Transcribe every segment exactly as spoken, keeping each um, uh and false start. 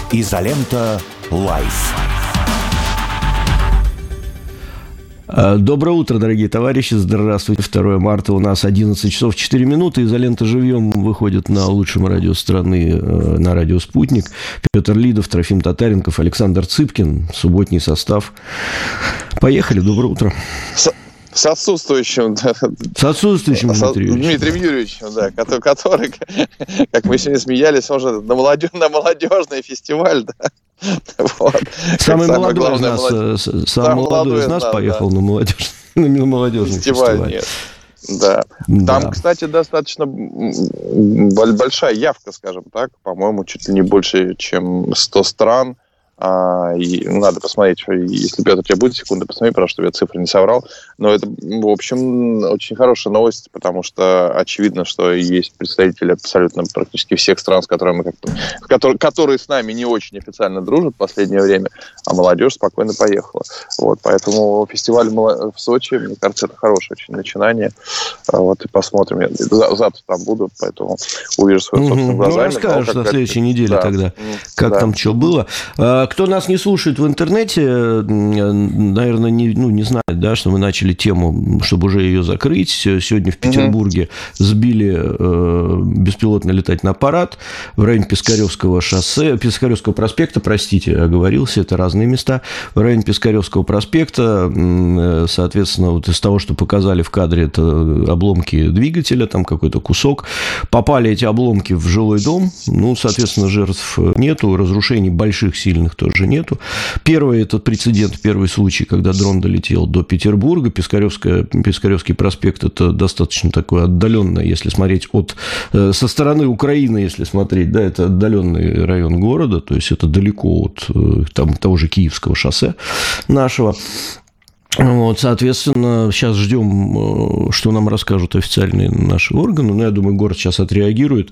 Изолента Лайф. Доброе утро, дорогие товарищи, здравствуйте. второе марта, у нас одиннадцать часов четыре минуты. «Изолента живьем» выходит на лучшем радио страны, на радио «Спутник». Петр Лидов, Трофим Татаренков, Александр Цыпкин, субботний состав. Поехали, доброе утро. С, с отсутствующим, да. С отсутствующим Дмитрием Юрьевичем. Дмитрием Юрьевичем, да, который, который, как мы сегодня смеялись, он же на, молодежь, на молодежный фестиваль, да. Вот. Самый молодой из нас, молод... самый самый молодой из нас да, поехал да. на молодежный, на молодежный фестиваль. фестиваль. Нет. Да. да. Там, кстати, достаточно большая явка, скажем так. По-моему, чуть ли не больше, чем сто стран. А, и надо посмотреть, если, Петр, у тебя будет секунда, посмотри, потому что я цифры не соврал. Но это, в общем, очень хорошая новость, потому что очевидно, что есть представители абсолютно практически всех стран, с которыми мы как-то, которые, которые с нами не очень официально дружат в последнее время, а молодежь спокойно поехала. Вот, поэтому фестиваль в Сочи, мне кажется, это хорошее очень начинание. Вот, и посмотрим. Я завтра там буду, поэтому увижу своими собственными глазами. Ну, расскажешь на следующей неделе да. тогда, как да. там что было. Кто нас не слушает в интернете, наверное, не, ну, не знает, да, что мы начали тему, чтобы уже ее закрыть. Сегодня в Петербурге угу. сбили э, беспилотный летательный аппарат в районе Пискаревского шоссе, Пискаревского проспекта, простите, оговорился, это разные места. В районе Пискаревского проспекта, э, соответственно, вот из того, что показали в кадре, это обломки двигателя, там какой-то кусок. Попали эти обломки в жилой дом, ну, соответственно, жертв нету, разрушений больших, сильных тоже нету. Первый этот прецедент, первый случай, когда дрон долетел до Петербурга. Пискаревский проспект – это достаточно такое отдаленное, если смотреть от, со стороны Украины, если смотреть, да, это отдаленный район города, то есть это далеко от там, того же Киевского шоссе нашего. Вот, соответственно, сейчас ждем, что нам расскажут официальные наши органы. Ну, я думаю, город сейчас отреагирует.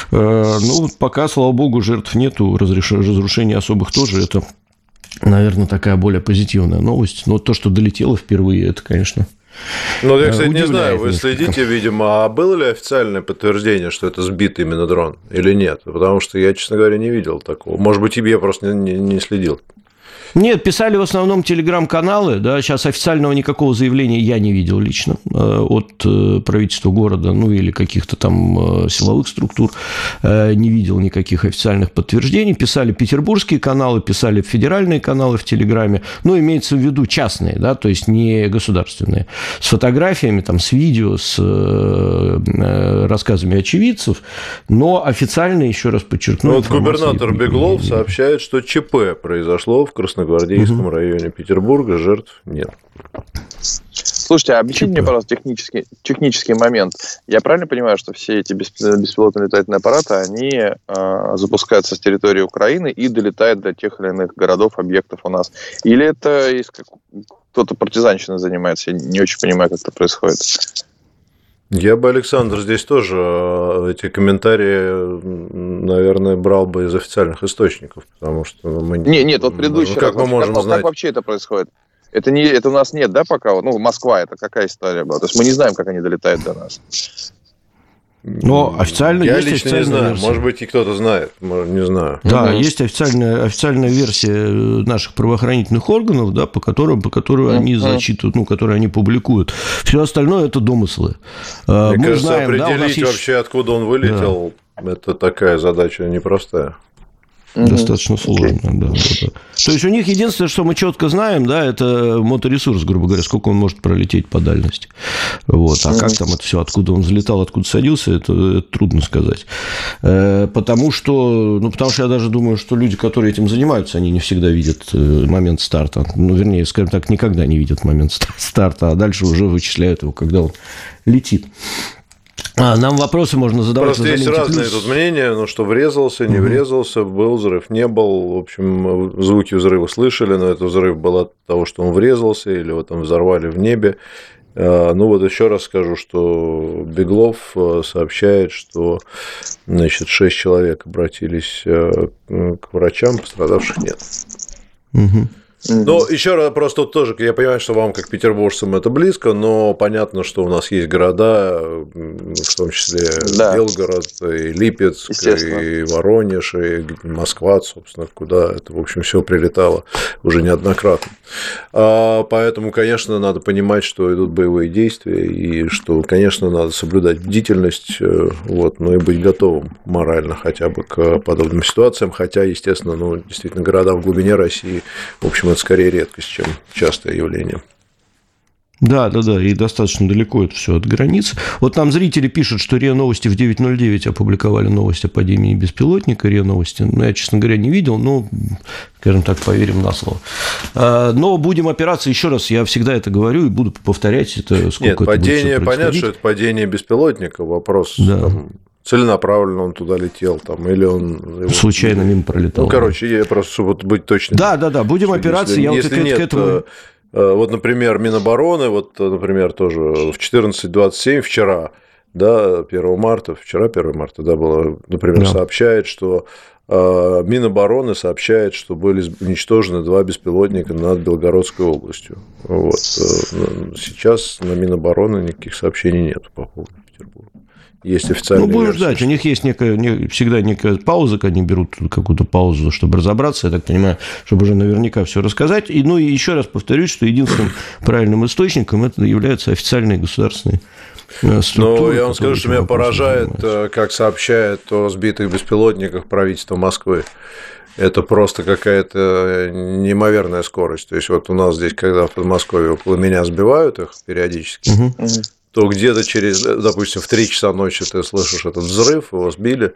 Ну, пока, слава богу, жертв нету, разрушений особых тоже. Это, наверное, такая более позитивная новость. Но то, что долетело впервые, это, конечно... Ну, я, кстати, не знаю, вы следите, видимо, а было ли официальное подтверждение, что это сбит именно дрон или нет? Потому что я, честно говоря, не видел такого. Может быть, я просто не, не следил. Нет, писали в основном телеграм-каналы, да, сейчас официального никакого заявления я не видел лично от правительства города, ну, или каких-то там силовых структур, не видел никаких официальных подтверждений, писали петербургские каналы, писали федеральные каналы в телеграме, ну, имеется в виду частные, да, то есть не государственные, с фотографиями, там, с видео, с рассказами очевидцев, но официально, еще раз подчеркну... Ну, вот губернатор Беглов сообщает, что ЧП произошло в Красногвардейском Гвардейском районе Петербурга, жертв нет. Слушайте, а объясните мне, пожалуйста, технический, технический момент. Я правильно понимаю, что все эти беспилотные летательные аппараты, они э, запускаются с территории Украины и долетают до тех или иных городов, объектов у нас? Или это кто-то партизанщиной занимается? Я не очень понимаю, как это происходит. Я бы, Александр, здесь тоже эти комментарии, наверное, брал бы из официальных источников, потому что мы... Не, нет, вот предыдущий ну, как раз, мы можем как, знать? Как вообще это происходит? Это, не, это у нас нет, да, пока? Ну, Москва, это какая история была? То есть мы не знаем, как они долетают до нас. Но официально Я есть лично не знаю, версия. Может быть, и кто-то знает, не знаю. Да, угу. есть официальная, официальная версия наших правоохранительных органов, да, по которой, по которой угу. они зачитывают, ну, которые они публикуют. Все остальное – это домыслы. Мне Мы кажется, знаем, определить да, есть... вообще, откуда он вылетел, да. это такая задача непростая. Достаточно mm-hmm. сложно, okay. да, да, да. То есть у них единственное, что мы четко знаем, да, это моторесурс, грубо говоря, сколько он может пролететь по дальности. Вот. А mm-hmm. как там это все, откуда он взлетал, откуда садился, это, это трудно сказать. Потому что, ну, потому что я даже думаю, что люди, которые этим занимаются, они не всегда видят момент старта. Ну, вернее, скажем так, никогда не видят момент старта, а дальше уже вычисляют его, когда он летит. А, нам вопросы можно задавать. Просто есть разные плюс. Тут мнения, ну, что врезался, не угу. врезался, был взрыв, не был. В общем, звуки взрыва слышали, но это взрыв был от того, что он врезался, или его там взорвали в небе. Ну, вот еще раз скажу, что Беглов сообщает, что, значит, шесть человек обратились к врачам, пострадавших нет. Угу. Ну, еще раз, просто тут тоже, я понимаю, что вам, как петербуржцам, это близко, но понятно, что у нас есть города, в том числе да. Белгород, и Липецк, и Воронеж, и Москва, собственно, куда это, в общем, все прилетало уже неоднократно. Поэтому, конечно, надо понимать, что идут боевые действия, и что, конечно, надо соблюдать бдительность, вот, но и быть готовым морально хотя бы к подобным ситуациям, хотя, естественно, ну, действительно, города в глубине России, в общем, это скорее редкость, чем частое явление. Да, да, да, и достаточно далеко это все от границы. Вот нам зрители пишут, что РИА Новости в девять ноль девять опубликовали новость о падении беспилотника. РИА Новости, ну, я, честно говоря, не видел, но, скажем так, поверим на слово. Но будем опираться, еще раз, я всегда это говорю и буду повторять это, сколько Нет, это падение, будет понятно, что это падение беспилотника, вопрос, да. Там, целенаправленно он туда летел, там, или он... Его... Случайно мимо пролетал. Ну, короче, я просто, чтобы быть точным. Да, да, да, будем опираться, если, я если вот нет, к этому... Вот, например, Минобороны, вот, например, тоже в четырнадцать двадцать семь вчера, да, первого марта, вчера первого марта, да, было, например, да. сообщает, что э, Минобороны сообщает, что были уничтожены два беспилотника над Белгородской областью. Вот. Сейчас на Минобороны никаких сообщений нет по поводу Петербурга. Есть официальные Ну, будем версии, ждать. Что... У них есть некая, не, всегда некая пауза, они берут какую-то паузу, чтобы разобраться, я так понимаю, чтобы уже наверняка все рассказать. И, ну, и еще раз повторюсь, что единственным правильным источником это являются официальные государственные структуры. Ну, я вам скажу, что меня поражает, занимаются. Как сообщает о сбитых беспилотниках правительство Москвы. Это просто какая-то неимоверная скорость. То есть, вот у нас здесь, когда в Подмосковье около меня сбивают их периодически, угу. то где-то через, допустим, в три часа ночи ты слышишь этот взрыв, его сбили,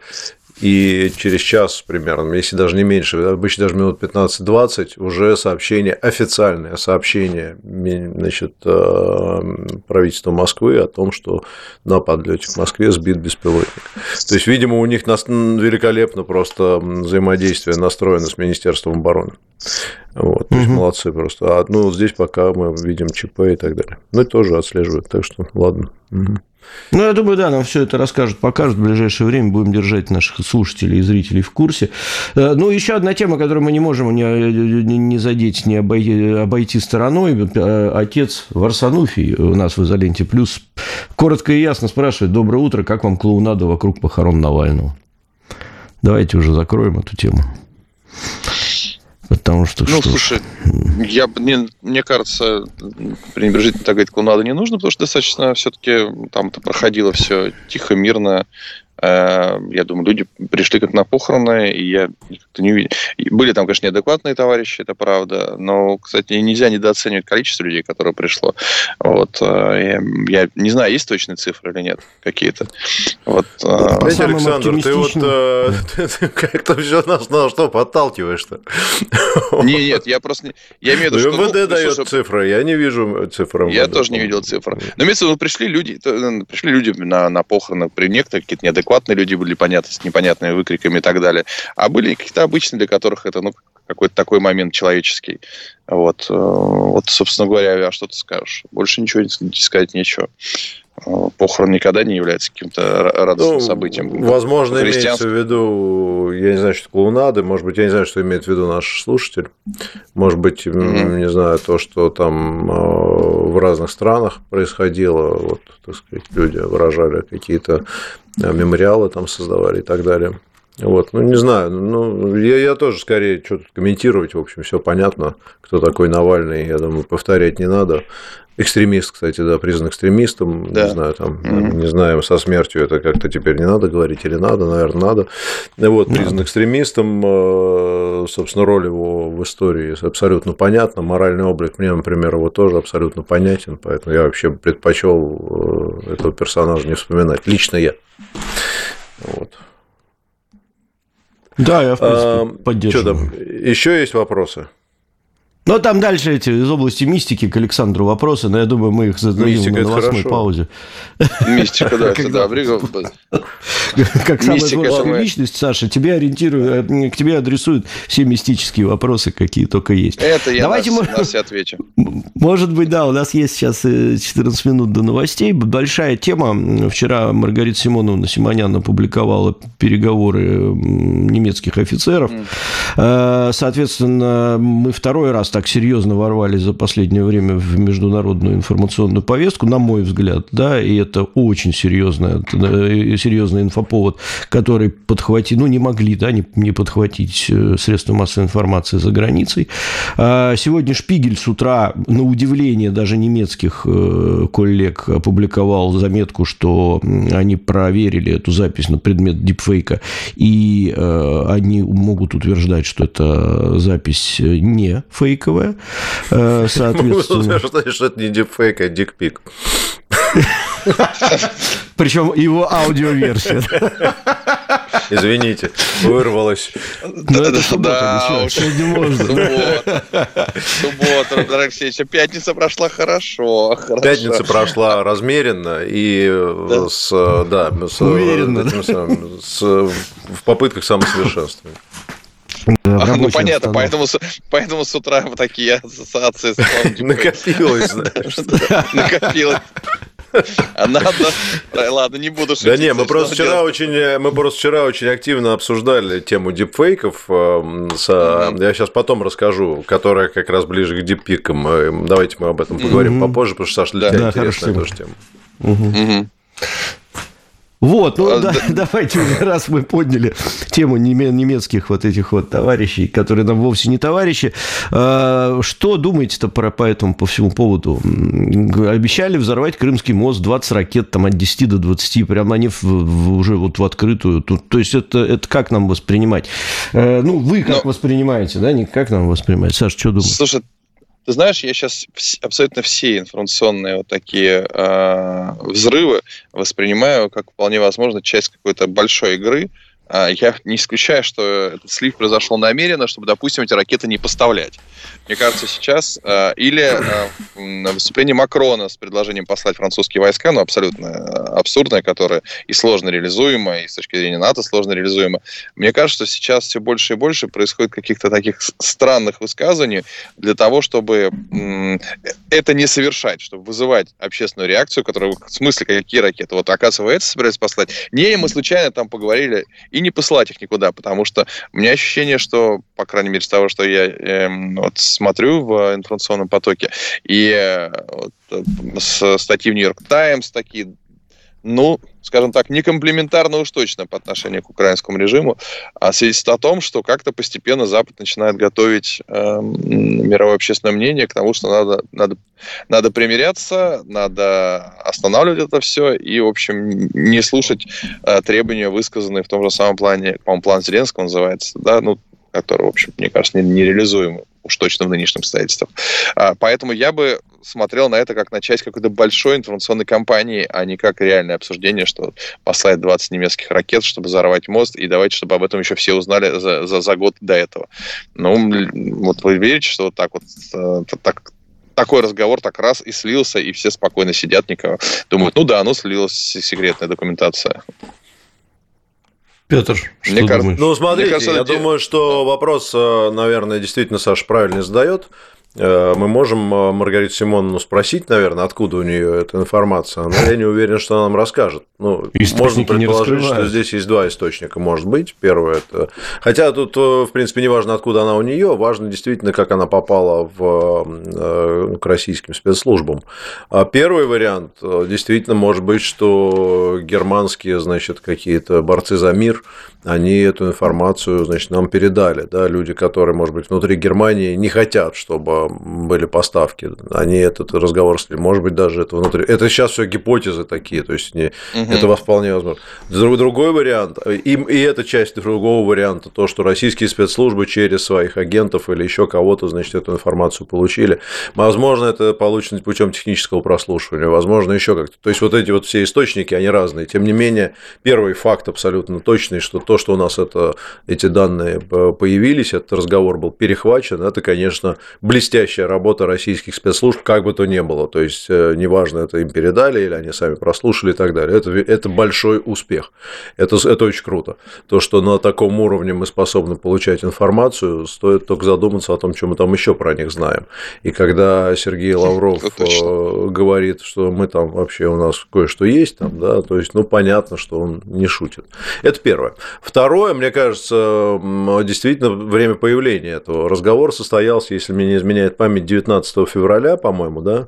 и через час примерно, если даже не меньше, обычно даже минут пятнадцать-двадцать, уже сообщение, официальное сообщение, значит, правительства Москвы о том, что на подлете к Москве сбит беспилотник. То есть, видимо, у них великолепно просто взаимодействие настроено с Министерством обороны. Вот, то есть, угу. молодцы просто. А ну, вот здесь пока мы видим ЧП и так далее. Ну, это тоже отслеживают, так что ладно. Угу. Ну, я думаю, да, нам все это расскажут, покажут. В ближайшее время будем держать наших слушателей и зрителей в курсе. Ну, еще одна тема, которую мы не можем не, не задеть, не обойти, обойти стороной. Отец Варсануфий у нас в «Изоленте плюс» коротко и ясно спрашивает: доброе утро, как вам клоунада вокруг похорон Навального? Давайте уже закроем эту тему. Потому что, ну, что слушай, я, мне, мне кажется, пренебрежительно так говорить, клоунаду не нужно, потому что достаточно все-таки там-то проходило все тихо, мирно. Я думаю, люди пришли как на похороны, и я как-то не увидел. Были там, конечно, неадекватные товарищи, это правда, но, кстати, нельзя недооценивать количество людей, которое пришло. Вот. Я, я не знаю, есть точные цифры или нет какие-то. Вот. Знаете, Александр, ты вот ты, ты как-то все нас на что подталкиваешь-то? Не, нет, я просто... Не, я имею в виду, что... МВД дает слушай, цифры, я не вижу цифр. Я тоже не видел цифр. Но имеется в виду, пришли люди, пришли люди на, на похороны, при некоторых какие-то неадекватные люди были, понятно, с непонятными выкриками и так далее. А были какие-то обычные, для которых это, ну, какой-то такой момент человеческий. Вот, вот, собственно говоря, а что ты скажешь? Больше ничего сказать нечего. Похорон никогда не является каким-то радостным ну, событием. Возможно, имеется в виду, я не знаю, что клоунады, может быть, я не знаю, что имеет в виду наш слушатель. Может быть, mm-hmm. не знаю, то, что там в разных странах происходило, вот, так сказать, люди выражали какие-то мемориалы, там создавали и так далее. Вот, ну, не знаю, ну, я, я тоже скорее что-то комментировать, в общем, все понятно, кто такой Навальный, я думаю, повторять не надо. Экстремист, кстати, да, признан экстремистом, да. не знаю, там, mm-hmm. не знаю, со смертью это как-то теперь не надо говорить или надо, наверное, надо. Вот, признан mm-hmm. экстремистом, собственно, роль его в истории абсолютно понятна, моральный облик мне, например, его тоже абсолютно понятен, поэтому я вообще предпочел этого персонажа не вспоминать, лично я. Вот. Да, я, в принципе, а, поддерживаю. Что там? Еще есть вопросы? Ну, там дальше эти из области мистики к Александру вопросы, но я думаю, мы их зададим Мистика на новостной паузе. Мистика, да, это да. Как самая творческая личность, Саша, тебе ориентирую, к тебе адресуют все мистические вопросы, какие только есть. Это я на все отвечу. Может быть, да, у нас есть сейчас четырнадцать минут до новостей. Большая тема. Вчера Маргарита Симоновна Симонян опубликовала переговоры немецких офицеров. Соответственно, мы второй раз так серьезно ворвались за последнее время в международную информационную повестку, на мой взгляд, да, и это очень серьезная, серьезный инфоповод, который подхватить, ну, не могли, да, не, не подхватить средства массовой информации за границей. Сегодня Шпигель с утра, на удивление даже немецких коллег, опубликовал заметку, что они проверили эту запись на предмет дипфейка, и они могут утверждать, что это запись не фейковая, соответственно. Что это не дипфейк, а дикпик. Причем его аудиоверсия. Извините, вырвалось. Ну, это суббота, сегодня можно. Суббота, суббота, Роман Алексеевич, пятница прошла хорошо. Пятница прошла размеренно и с, да, уверенно, в попытках самосовершенствования. А, ну, понятно, поэтому, поэтому с утра вот такие ассоциации. Накопилось, знаешь. Накопилось. А надо... Ладно, не буду шутить. Да не, мы просто вчера очень, мы просто вчера очень активно обсуждали тему дипфейков. С, mm-hmm. Я сейчас потом расскажу, которая как раз ближе к диппикам. Давайте мы об этом поговорим mm-hmm. попозже, потому что, Саша, для да, тебя да, интересная тоже тема. Mm-hmm. Mm-hmm. Вот, ну а, да, да. Давайте уже, раз мы подняли тему немецких вот этих вот товарищей, которые нам вовсе не товарищи, что думаете-то про, по этому, по всему поводу? Обещали взорвать Крымский мост, двадцать ракет там от десяти до двадцати, прямо они в, в, уже вот в открытую. То, то есть, это, это как нам воспринимать? Ну, вы как Но... воспринимаете, да? Не как нам воспринимать? Саша, что думаешь? Слушай, ты знаешь, я сейчас абсолютно все информационные вот такие э, взрывы воспринимаю как вполне возможно часть какой-то большой игры. Э, я не исключаю, что этот слив произошел намеренно, чтобы, допустим, эти ракеты не поставлять. Мне кажется, сейчас... Э, или э, выступление Макрона с предложением послать французские войска, ну, абсолютно абсурдное, которое и сложно реализуемо, и с точки зрения НАТО сложно реализуемо. Мне кажется, что сейчас все больше и больше происходит каких-то таких странных высказываний для того, чтобы м, это не совершать, чтобы вызывать общественную реакцию, которая... В смысле, какие ракеты? Вот, оказывается, вы это собираетесь послать? Не, мы случайно там поговорили, и не посылать их никуда, потому что у меня ощущение, что, по крайней мере, с того, что я э, вот, смотрю в информационном потоке, и вот, с статьи в Нью-Йорк Таймс такие, ну, скажем так, не комплиментарно уж точно по отношению к украинскому режиму, а свидетельствует о том, что как-то постепенно Запад начинает готовить э, мировое общественное мнение к тому, что надо, надо, надо примиряться, надо останавливать это все и, в общем, не слушать э, требования, высказанные в том же самом плане, по-моему, план Зеленского называется, да, ну, который, в общем, мне кажется, нереализуемый уж точно в нынешних обстоятельствах. Поэтому я бы смотрел на это как на часть какой-то большой информационной кампании, а не как реальное обсуждение, что послать двадцать немецких ракет, чтобы взорвать мост, и давайте, чтобы об этом еще все узнали за, за, за год до этого. Ну, вот вы верите, что вот так вот так, такой разговор так раз и слился, и все спокойно сидят, никого думают, ну да, ну слилась секретная документация. Петр, что мне думаешь? Ну, смотрите, кажется, я это... думаю, что вопрос, наверное, действительно Саша правильно задает. Мы можем Маргариту Симоновну спросить, наверное, откуда у нее эта информация, но я не уверен, что она нам расскажет. Ну, можно предположить, что здесь есть два источника, может быть. Первый это... Хотя тут, в принципе, не важно, откуда она у нее, важно действительно, как она попала в... к российским спецслужбам. А первый вариант действительно может быть, что германские, значит, какие-то борцы за мир, они эту информацию, значит, нам передали, да, люди, которые, может быть, внутри Германии не хотят, чтобы были поставки, они этот разговор с ним, может быть, даже это внутри, это сейчас все гипотезы такие, то есть не, угу. это вполне возможно. Другой вариант, и, и это часть другого варианта, то, что российские спецслужбы через своих агентов или еще кого-то, значит, эту информацию получили, возможно, это получено путем технического прослушивания, возможно, еще как-то, то есть вот эти вот все источники, они разные, тем не менее, первый факт абсолютно точный, что то, что у нас это, эти данные появились, этот разговор был перехвачен, это, конечно, блестящая работа российских спецслужб, как бы то ни было. То есть, неважно, это им передали, или они сами прослушали и так далее. Это, это большой успех. Это, это очень круто. То, что на таком уровне мы способны получать информацию, стоит только задуматься о том, что мы там еще про них знаем. И когда Сергей Лавров говорит, что мы там вообще у нас кое-что есть, там, да, то есть, ну, понятно, что он не шутит. Это первое. Второе, мне кажется, действительно, время появления этого разговора состоялся, если мне не изменяет изменяет память, девятнадцатого февраля, по-моему, да,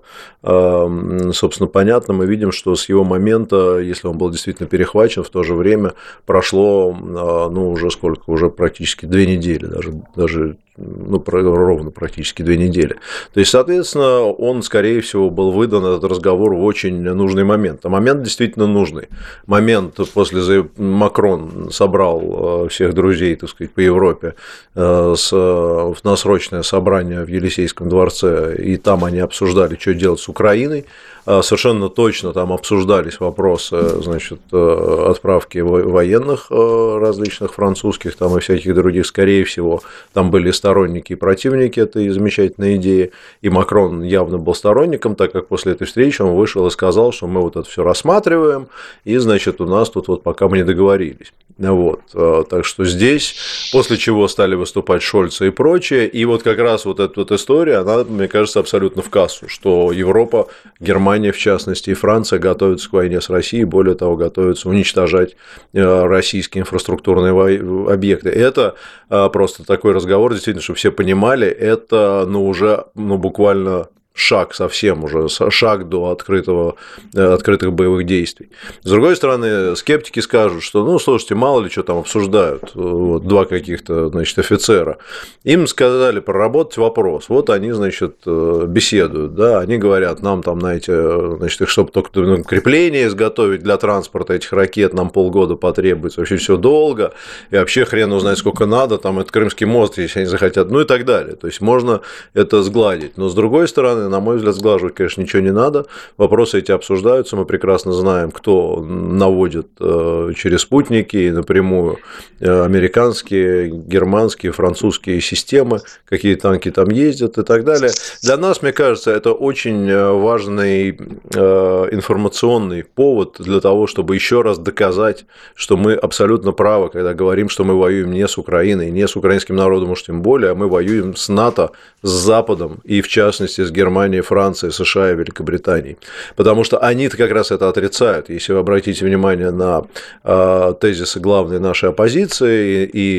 собственно, понятно, мы видим, что с его момента, если он был действительно перехвачен, в то же время прошло, ну, уже сколько, уже практически две недели, даже, даже ну, ровно практически две недели. То есть, соответственно, он, скорее всего, был выдан, этот разговор, в очень нужный момент. А момент действительно нужный. Момент после Макрон собрал всех друзей, так сказать, по Европе с, на срочное собрание в Елисейском дворце, и там они обсуждали, что делать с Украиной. Совершенно точно там обсуждались вопросы, значит, отправки военных различных французских там и всяких других, скорее всего, там были сторонники и противники этой замечательной идеи, и Макрон явно был сторонником, так как после этой встречи он вышел и сказал, что мы вот это все рассматриваем, и, значит, у нас тут вот пока мы не договорились. Вот. Так что здесь, после чего стали выступать Шольца и прочее, и вот как раз вот эта вот история, она, мне кажется, абсолютно в кассу, что Европа, Германия, в частности, и Франция готовятся к войне с Россией, более того, готовятся уничтожать российские инфраструктурные объекты. Это просто такой разговор, действительно, чтобы все понимали, это, ну, уже, ну, буквально шаг совсем уже, шаг до открытого, открытых боевых действий. С другой стороны, скептики скажут, что, ну, слушайте, мало ли что там обсуждают, вот, два каких-то, значит, офицера. Им сказали проработать вопрос, вот они, значит, беседуют, да, они говорят, нам там, знаете, значит, чтобы только крепление изготовить для транспорта этих ракет, нам полгода потребуется, вообще все долго, и вообще хрен узнать, сколько надо, там, это Крымский мост, если они захотят, ну и так далее. То есть, можно это сгладить. Но, с другой стороны, на мой взгляд, сглаживать, конечно, ничего не надо. Вопросы эти обсуждаются. Мы прекрасно знаем, кто наводит через спутники и напрямую американские, германские, французские системы, какие танки там ездят и так далее. Для нас, мне кажется, это очень важный информационный повод для того, чтобы еще раз доказать, что мы абсолютно правы, когда говорим, что мы воюем не с Украиной, не с украинским народом, уж тем более, а мы воюем с НАТО, с Западом и, в частности, с Германией, Францией, США и Великобританией. Потому что они-то как раз это отрицают. Если вы обратите внимание на тезисы главной нашей оппозиции и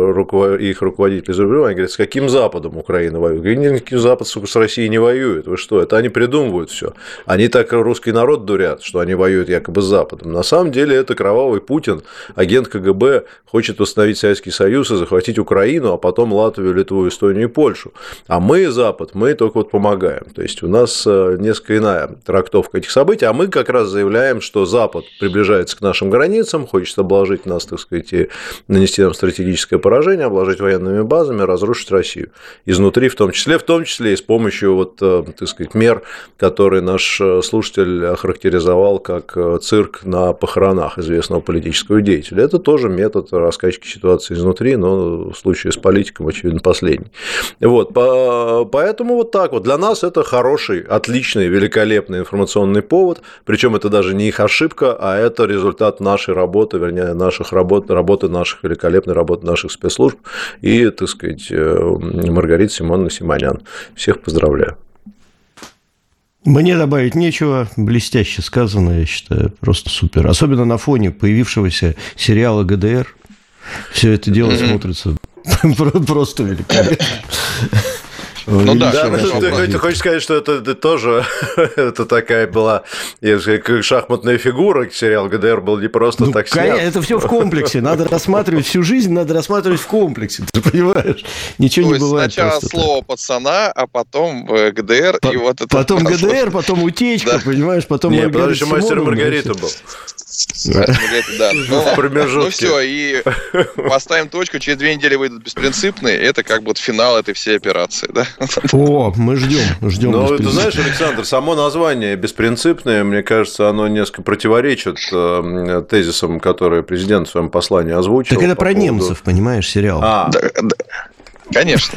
их руководителей за рубежом, они говорят, с каким Западом Украина воюет? Никаким Запад с Россией не воюет. Вы что? Это они придумывают все. Они так русский народ дурят, что они воюют якобы с Западом. На самом деле это кровавый Путин, агент ка гэ бэ, хочет восстановить Советский Союз и захватить Украину, а потом Латвию, Литву, Эстонию и Польшу. А мы, Запад, мы только вот помогаем. То есть, у нас несколько иная трактовка этих событий, а мы как раз заявляем, что Запад приближается к нашим границам, хочет обложить нас, так сказать, и нанести нам стратегическое поражение, обложить военными базами, разрушить Россию. Изнутри в том числе, в том числе и с помощью, вот, так сказать, мер, которые наш слушатель охарактеризовал как цирк на похоронах известного политического деятеля. Это тоже метод раскачки ситуации изнутри, но в случае с политиком, очевидно, последний. Вот, поэтому вот так вот. Для нас это хороший, отличный, великолепный информационный повод, причем это даже не их ошибка, а это результат нашей работы, вернее, наших работ, работы наших, великолепной работы наших спецслужб и, так сказать, Маргариты Симоновны Симонян. Всех поздравляю. Мне добавить нечего, блестяще сказано, я считаю, просто супер. Особенно на фоне появившегося сериала гэ дэ эр. Все это дело mm-hmm. смотрится просто великолепно. Ну да, да, ты, ты хочешь сказать, что это, это тоже это такая была как шахматная фигура, сериал гэ дэ эр был не просто ну, так снят. Это все в комплексе, надо рассматривать всю жизнь, надо рассматривать в комплексе, ты понимаешь? Ничего То не бывает. Сначала слово так. Пацана, а потом гэ дэ эр. По- и вот это потом гэ дэ эр, потом утечка, да. Понимаешь, потом Нет, потому что мастер и Маргарита был. Да. Ну, ну все, и поставим точку, через две недели выйдут беспринципные, это как бы вот финал этой всей операции, да? О, мы ждем, ждем. Ну, ты знаешь, Александр, само название беспринципное, мне кажется, оно несколько противоречит тезисам, которые президент в своем послании озвучил. Так это про поводу... немцев, понимаешь, сериал. А. Да, да. Конечно.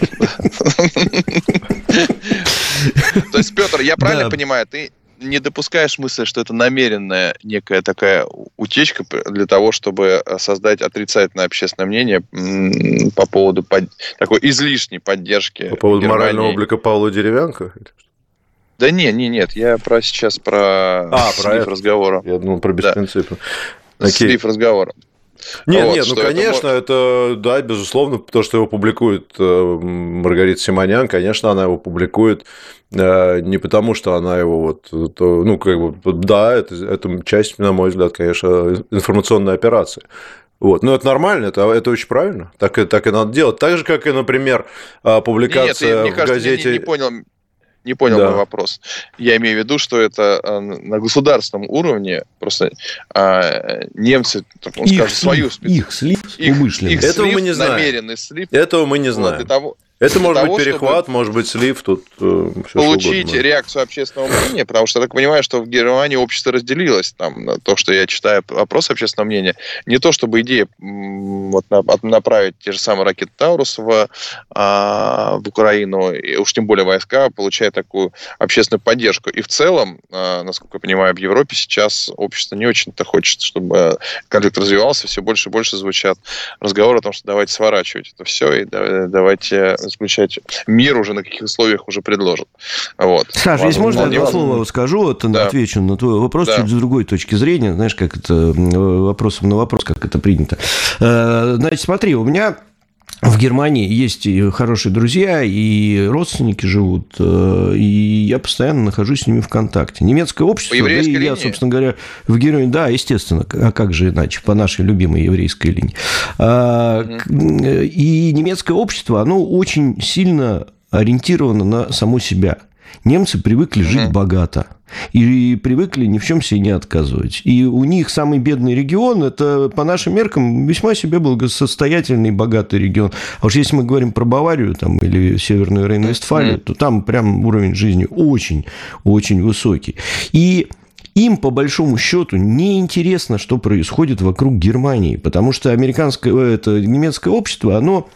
То есть, Петр, я правильно понимаю, ты не допускаешь мысли, что это намеренная некая такая утечка для того, чтобы создать отрицательное общественное мнение по поводу под... такой излишней поддержки По поводу Германии. Морального облика Павла Деревянко? Да не, не, нет, я про сейчас про а, слив про разговора. Я думал про беспринципно. Да. Слив разговора. Нет, вот, нет, ну, конечно, это, это, да, безусловно, то, что его публикует Маргарита Симонян, конечно, она его публикует не потому, что она его вот, то, ну, как бы, да, это, это часть, на мой взгляд, конечно, информационной операции. Вот. Но это нормально, это, это очень правильно, так, так и надо делать. Так же, как и, например, публикация нет, нет, в кажется, газете... Не, не, не понял, не понял да. мой вопрос. Я имею в виду, что это на государственном уровне просто а, немцы, так он скажет, свою... Их слив умышленный. Их Этого слив, мы не знаем. намеренный слив. Этого мы не знаем. Вот, того, это может того, быть перехват, может быть слив, тут э, все получить реакцию общественного мнения, потому что я так понимаю, что в Германии общество разделилось, там, на то, что я читаю опрос общественного мнения, не то, чтобы идея вот, направить те же самые ракеты «Таурус» в, а, в Украину, и уж тем более войска, получая такую общественную поддержку. И в целом, а, насколько я понимаю, в Европе сейчас общество не очень-то хочет, чтобы конфликт развивался, все больше и больше звучат разговоры о том, что давайте сворачивать это все и давайте заключать мир уже на каких условиях уже предложен. Вот. Саш, если можно, я два слова скажу, вот, да. отвечу на твой вопрос да. чуть с другой точки зрения, знаешь, как это, вопросом на вопрос, как это принято. Значит, смотри, у меня в Германии есть и хорошие друзья, и родственники живут, и я постоянно нахожусь с ними в контакте. Немецкое общество, да и линии? Я, собственно говоря, в Германии, да, естественно, а как же иначе, по нашей любимой еврейской линии. Mm-hmm. И немецкое общество, оно очень сильно ориентировано на само себя. Немцы привыкли жить mm-hmm. богато. И привыкли ни в чем себе не отказывать. И у них самый бедный регион – это, по нашим меркам, весьма себе благосостоятельный, богатый регион. А уж если мы говорим про Баварию там, или Северную Рейн-Вестфалию, mm-hmm. то там прям уровень жизни очень-очень высокий. И им, по большому счету, не интересно, что происходит вокруг Германии, потому что американское, это, немецкое общество, оно...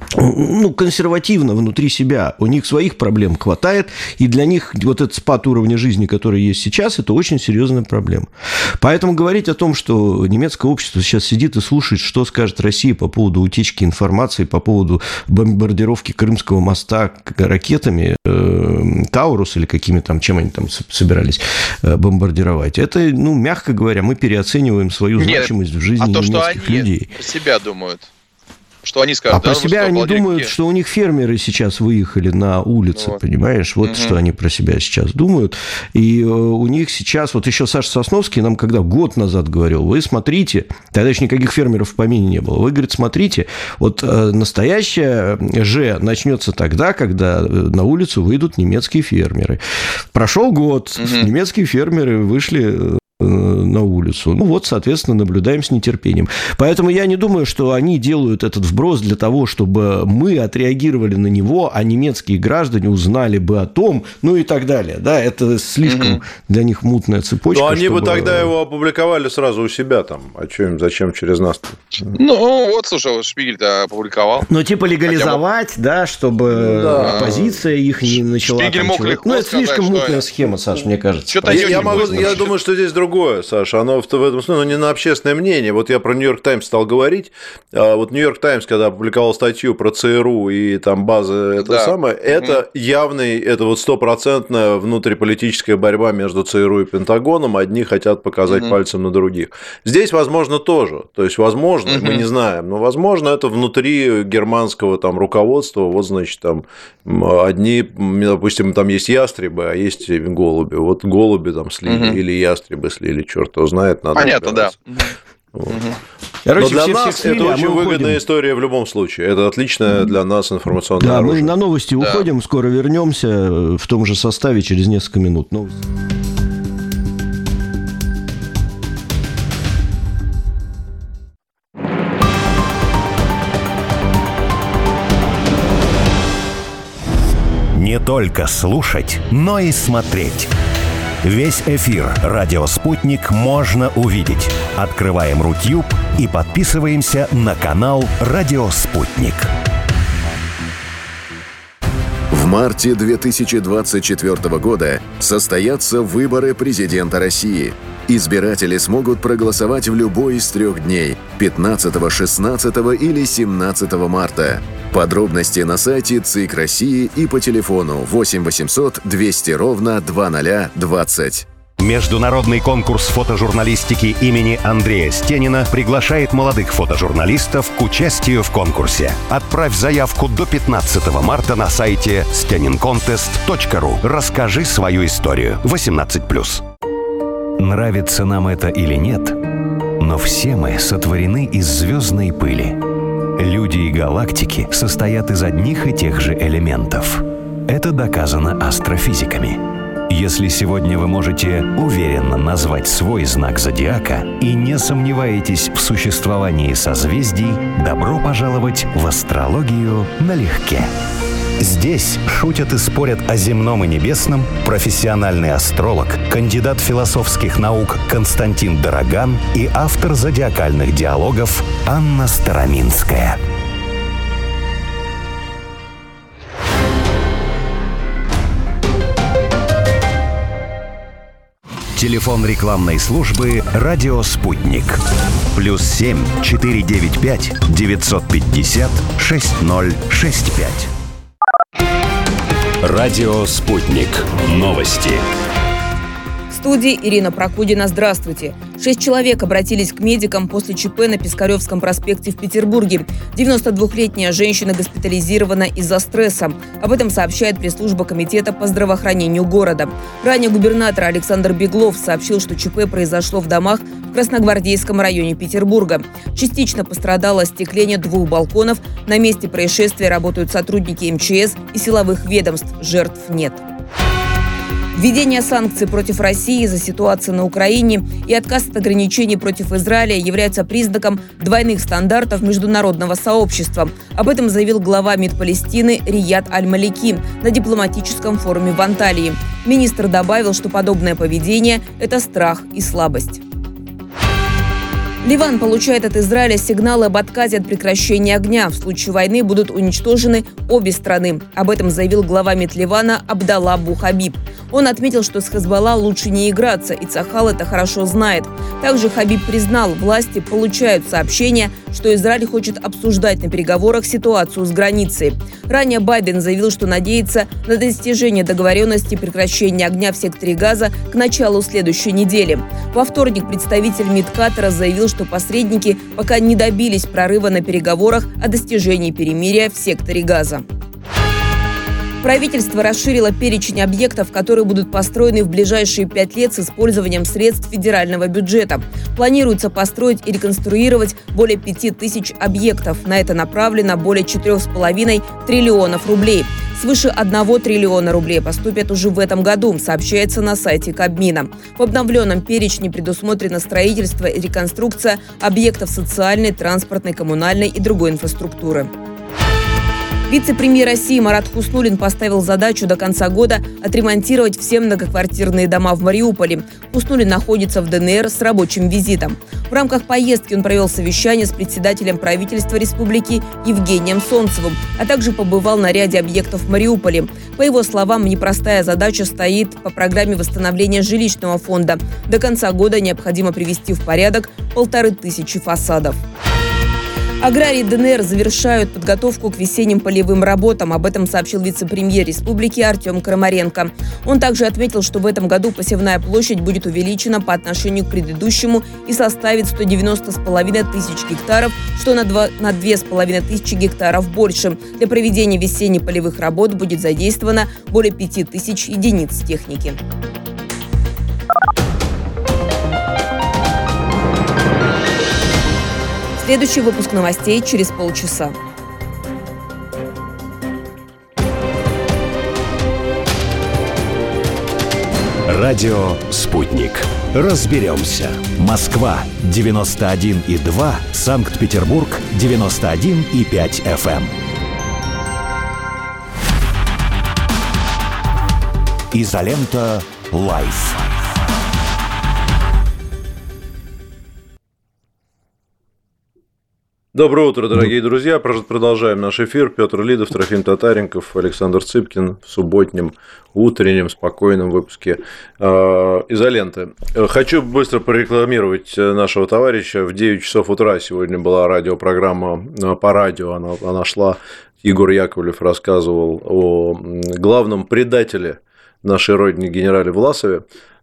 ну, консервативно внутри себя. У них своих проблем хватает, и для них вот этот спад уровня жизни, который есть сейчас, это очень серьезная проблема. Поэтому говорить о том, что немецкое общество сейчас сидит и слушает, что скажет Россия по поводу утечки информации, по поводу бомбардировки Крымского моста ракетами, э, Таурус или какими там, чем они там собирались э, бомбардировать, это, ну, мягко говоря, мы переоцениваем свою значимость Нет, в жизни а то, немецких что они людей. Про себя думают. Что они скажут, а да, про себя они думают, что у них фермеры сейчас выехали на улицы, ну, понимаешь? Вот угу. что они про себя сейчас думают. И у них сейчас, вот еще Саша Сосновский нам когда год назад говорил, вы смотрите, тогда еще никаких фермеров в помине не было, вы, говорит, смотрите, вот настоящее же начнется тогда, когда на улицу выйдут немецкие фермеры. Прошел год, угу. немецкие фермеры вышли на улицу. Ну вот, соответственно, наблюдаем с нетерпением. Поэтому я не думаю, что они делают этот вброс для того, чтобы мы отреагировали на него, а немецкие граждане узнали бы о том, ну и так далее. Да, это слишком угу. для них мутная цепочка. Но они чтобы... бы тогда его опубликовали сразу у себя там. А что им, зачем через нас? Ну, вот, слушай, Шпигель-то опубликовал. Ну, типа легализовать, бы... да, чтобы да. оппозиция их не начала... Шпигель мог легко Ну, это сказать, слишком мутная схема, Саш, мне кажется. Что-то я, я, могу, я думаю, что здесь другое, Саша. Оно в этом смысле, ну, не на общественное мнение. Вот я про Нью-Йорк Таймс стал говорить. Вот Нью-Йорк Таймс, когда опубликовал статью про ЦРУ и там базы, это да. самое, это угу. явный, это вот стопроцентная внутриполитическая борьба между ЦРУ и Пентагоном. Одни хотят показать угу. пальцем на других. Здесь, возможно, тоже. То есть, возможно, угу. мы не знаем, но, возможно, это внутри германского там руководства. Вот, значит, там одни, допустим, там есть ястребы, а есть голуби. Вот голуби там слили, угу. или ястребы слили, черт его знает. Надо Понятно, да. Вот. Угу. Короче, но для все, нас все это очень а выгодная уходим. История в любом случае. Это отличная для нас информационная Да, оружие. мы на новости да. уходим, скоро вернемся в том же составе через несколько минут. Новости. Не только слушать, но и смотреть. Весь эфир «Радио Спутник» можно увидеть. Открываем Рутюб и подписываемся на канал «Радио Спутник». В марте две тысячи двадцать четвёртого года состоятся выборы президента России. Избиратели смогут проголосовать в любой из трех дней – пятнадцатого, шестнадцатого или семнадцатого марта. Подробности на сайте ЦИК России и по телефону восемь восемьсот двести ровно двадцать ноль двадцать. Международный конкурс фотожурналистики имени Андрея Стенина приглашает молодых фотожурналистов к участию в конкурсе. Отправь заявку до пятнадцатого марта на сайте стенин контест точка ру. Расскажи свою историю. восемнадцать плюс. Нравится нам это или нет, но все мы сотворены из звездной пыли. Люди и галактики состоят из одних и тех же элементов. Это доказано астрофизиками. Если сегодня вы можете уверенно назвать свой знак зодиака и не сомневаетесь в существовании созвездий, добро пожаловать в астрологию налегке. Здесь шутят и спорят о земном и небесном профессиональный астролог, кандидат философских наук Константин Дороган и автор зодиакальных диалогов Анна Староминская. Телефон рекламной службы «Радио Спутник». Плюс семь четыре девять пять девятьсот пятьдесят шесть ноль шесть пять. «Радио Спутник». Новости. В студии Ирина Прокудина. Здравствуйте. Шесть человек обратились к медикам после ЧП на Пискаревском проспекте в Петербурге. девяносто двухлетняя женщина госпитализирована из-за стресса. Об этом сообщает пресс-служба Комитета по здравоохранению города. Ранее губернатор Александр Беглов сообщил, что ЧП произошло в домах в Красногвардейском районе Петербурга. Частично пострадало остекление двух балконов. На месте происшествия работают сотрудники эм че эс и силовых ведомств. Жертв нет. Введение санкций против России из-за ситуации на Украине и отказ от ограничений против Израиля являются признаком двойных стандартов международного сообщества. Об этом заявил глава МИД Палестины Рияд Аль-Малики на дипломатическом форуме в Анталии. Министр добавил, что подобное поведение – это страх и слабость. Ливан получает от Израиля сигналы об отказе от прекращения огня. В случае войны будут уничтожены обе страны. Об этом заявил глава МИД Ливана Абдалла Бу-Хабиб. Он отметил, что с Хезболла лучше не играться, и Цахал это хорошо знает. Также Хабиб признал, власти получают сообщения, что Израиль хочет обсуждать на переговорах ситуацию с границей. Ранее Байден заявил, что надеется на достижение договоренности прекращения огня в секторе Газа к началу следующей недели. Во вторник представитель МИД Катара заявил, что посредники пока не добились прорыва на переговорах о достижении перемирия в секторе Газа. Правительство расширило перечень объектов, которые будут построены в ближайшие пять лет с использованием средств федерального бюджета. Планируется построить и реконструировать более пяти тысяч объектов. На это направлено более четырех с половиной триллионов рублей. Свыше одного триллиона рублей поступят уже в этом году, сообщается на сайте Кабмина. В обновленном перечне предусмотрено строительство и реконструкция объектов социальной, транспортной, коммунальной и другой инфраструктуры. Вице-премьер России Марат Хуснуллин поставил задачу до конца года отремонтировать все многоквартирные дома в Мариуполе. Хуснуллин находится в Дэ Эн Эр с рабочим визитом. В рамках поездки он провел совещание с председателем правительства республики Евгением Солнцевым, а также побывал на ряде объектов в Мариуполе. По его словам, непростая задача стоит по программе восстановления жилищного фонда. До конца года необходимо привести в порядок полторы тысячи фасадов. Аграрии Дэ Эн Эр завершают подготовку к весенним полевым работам. Об этом сообщил вице-премьер республики Артем Крамаренко. Он также отметил, что в этом году посевная площадь будет увеличена по отношению к предыдущему и составит сто девяносто с половиной тысяч гектаров, что на две с половиной тысячи гектаров больше. Для проведения весенних полевых работ будет задействовано более пяти тысяч единиц техники. Следующий выпуск новостей через полчаса. Радио «Спутник». Разберемся. Москва девяносто один и два, Санкт-Петербург девяносто один и пять эф эм. Изолента Лайф. Доброе утро, дорогие друзья. Продолжаем наш эфир. Петр Лидов, Трофим Татаренков, Александр Цыпкин в субботнем, утреннем, спокойном выпуске «Изоленты». Хочу быстро прорекламировать нашего товарища. В девять часов утра сегодня была радиопрограмма по радио. Она, она шла. Егор Яковлев рассказывал о главном предателе нашей родины, генерале Власове.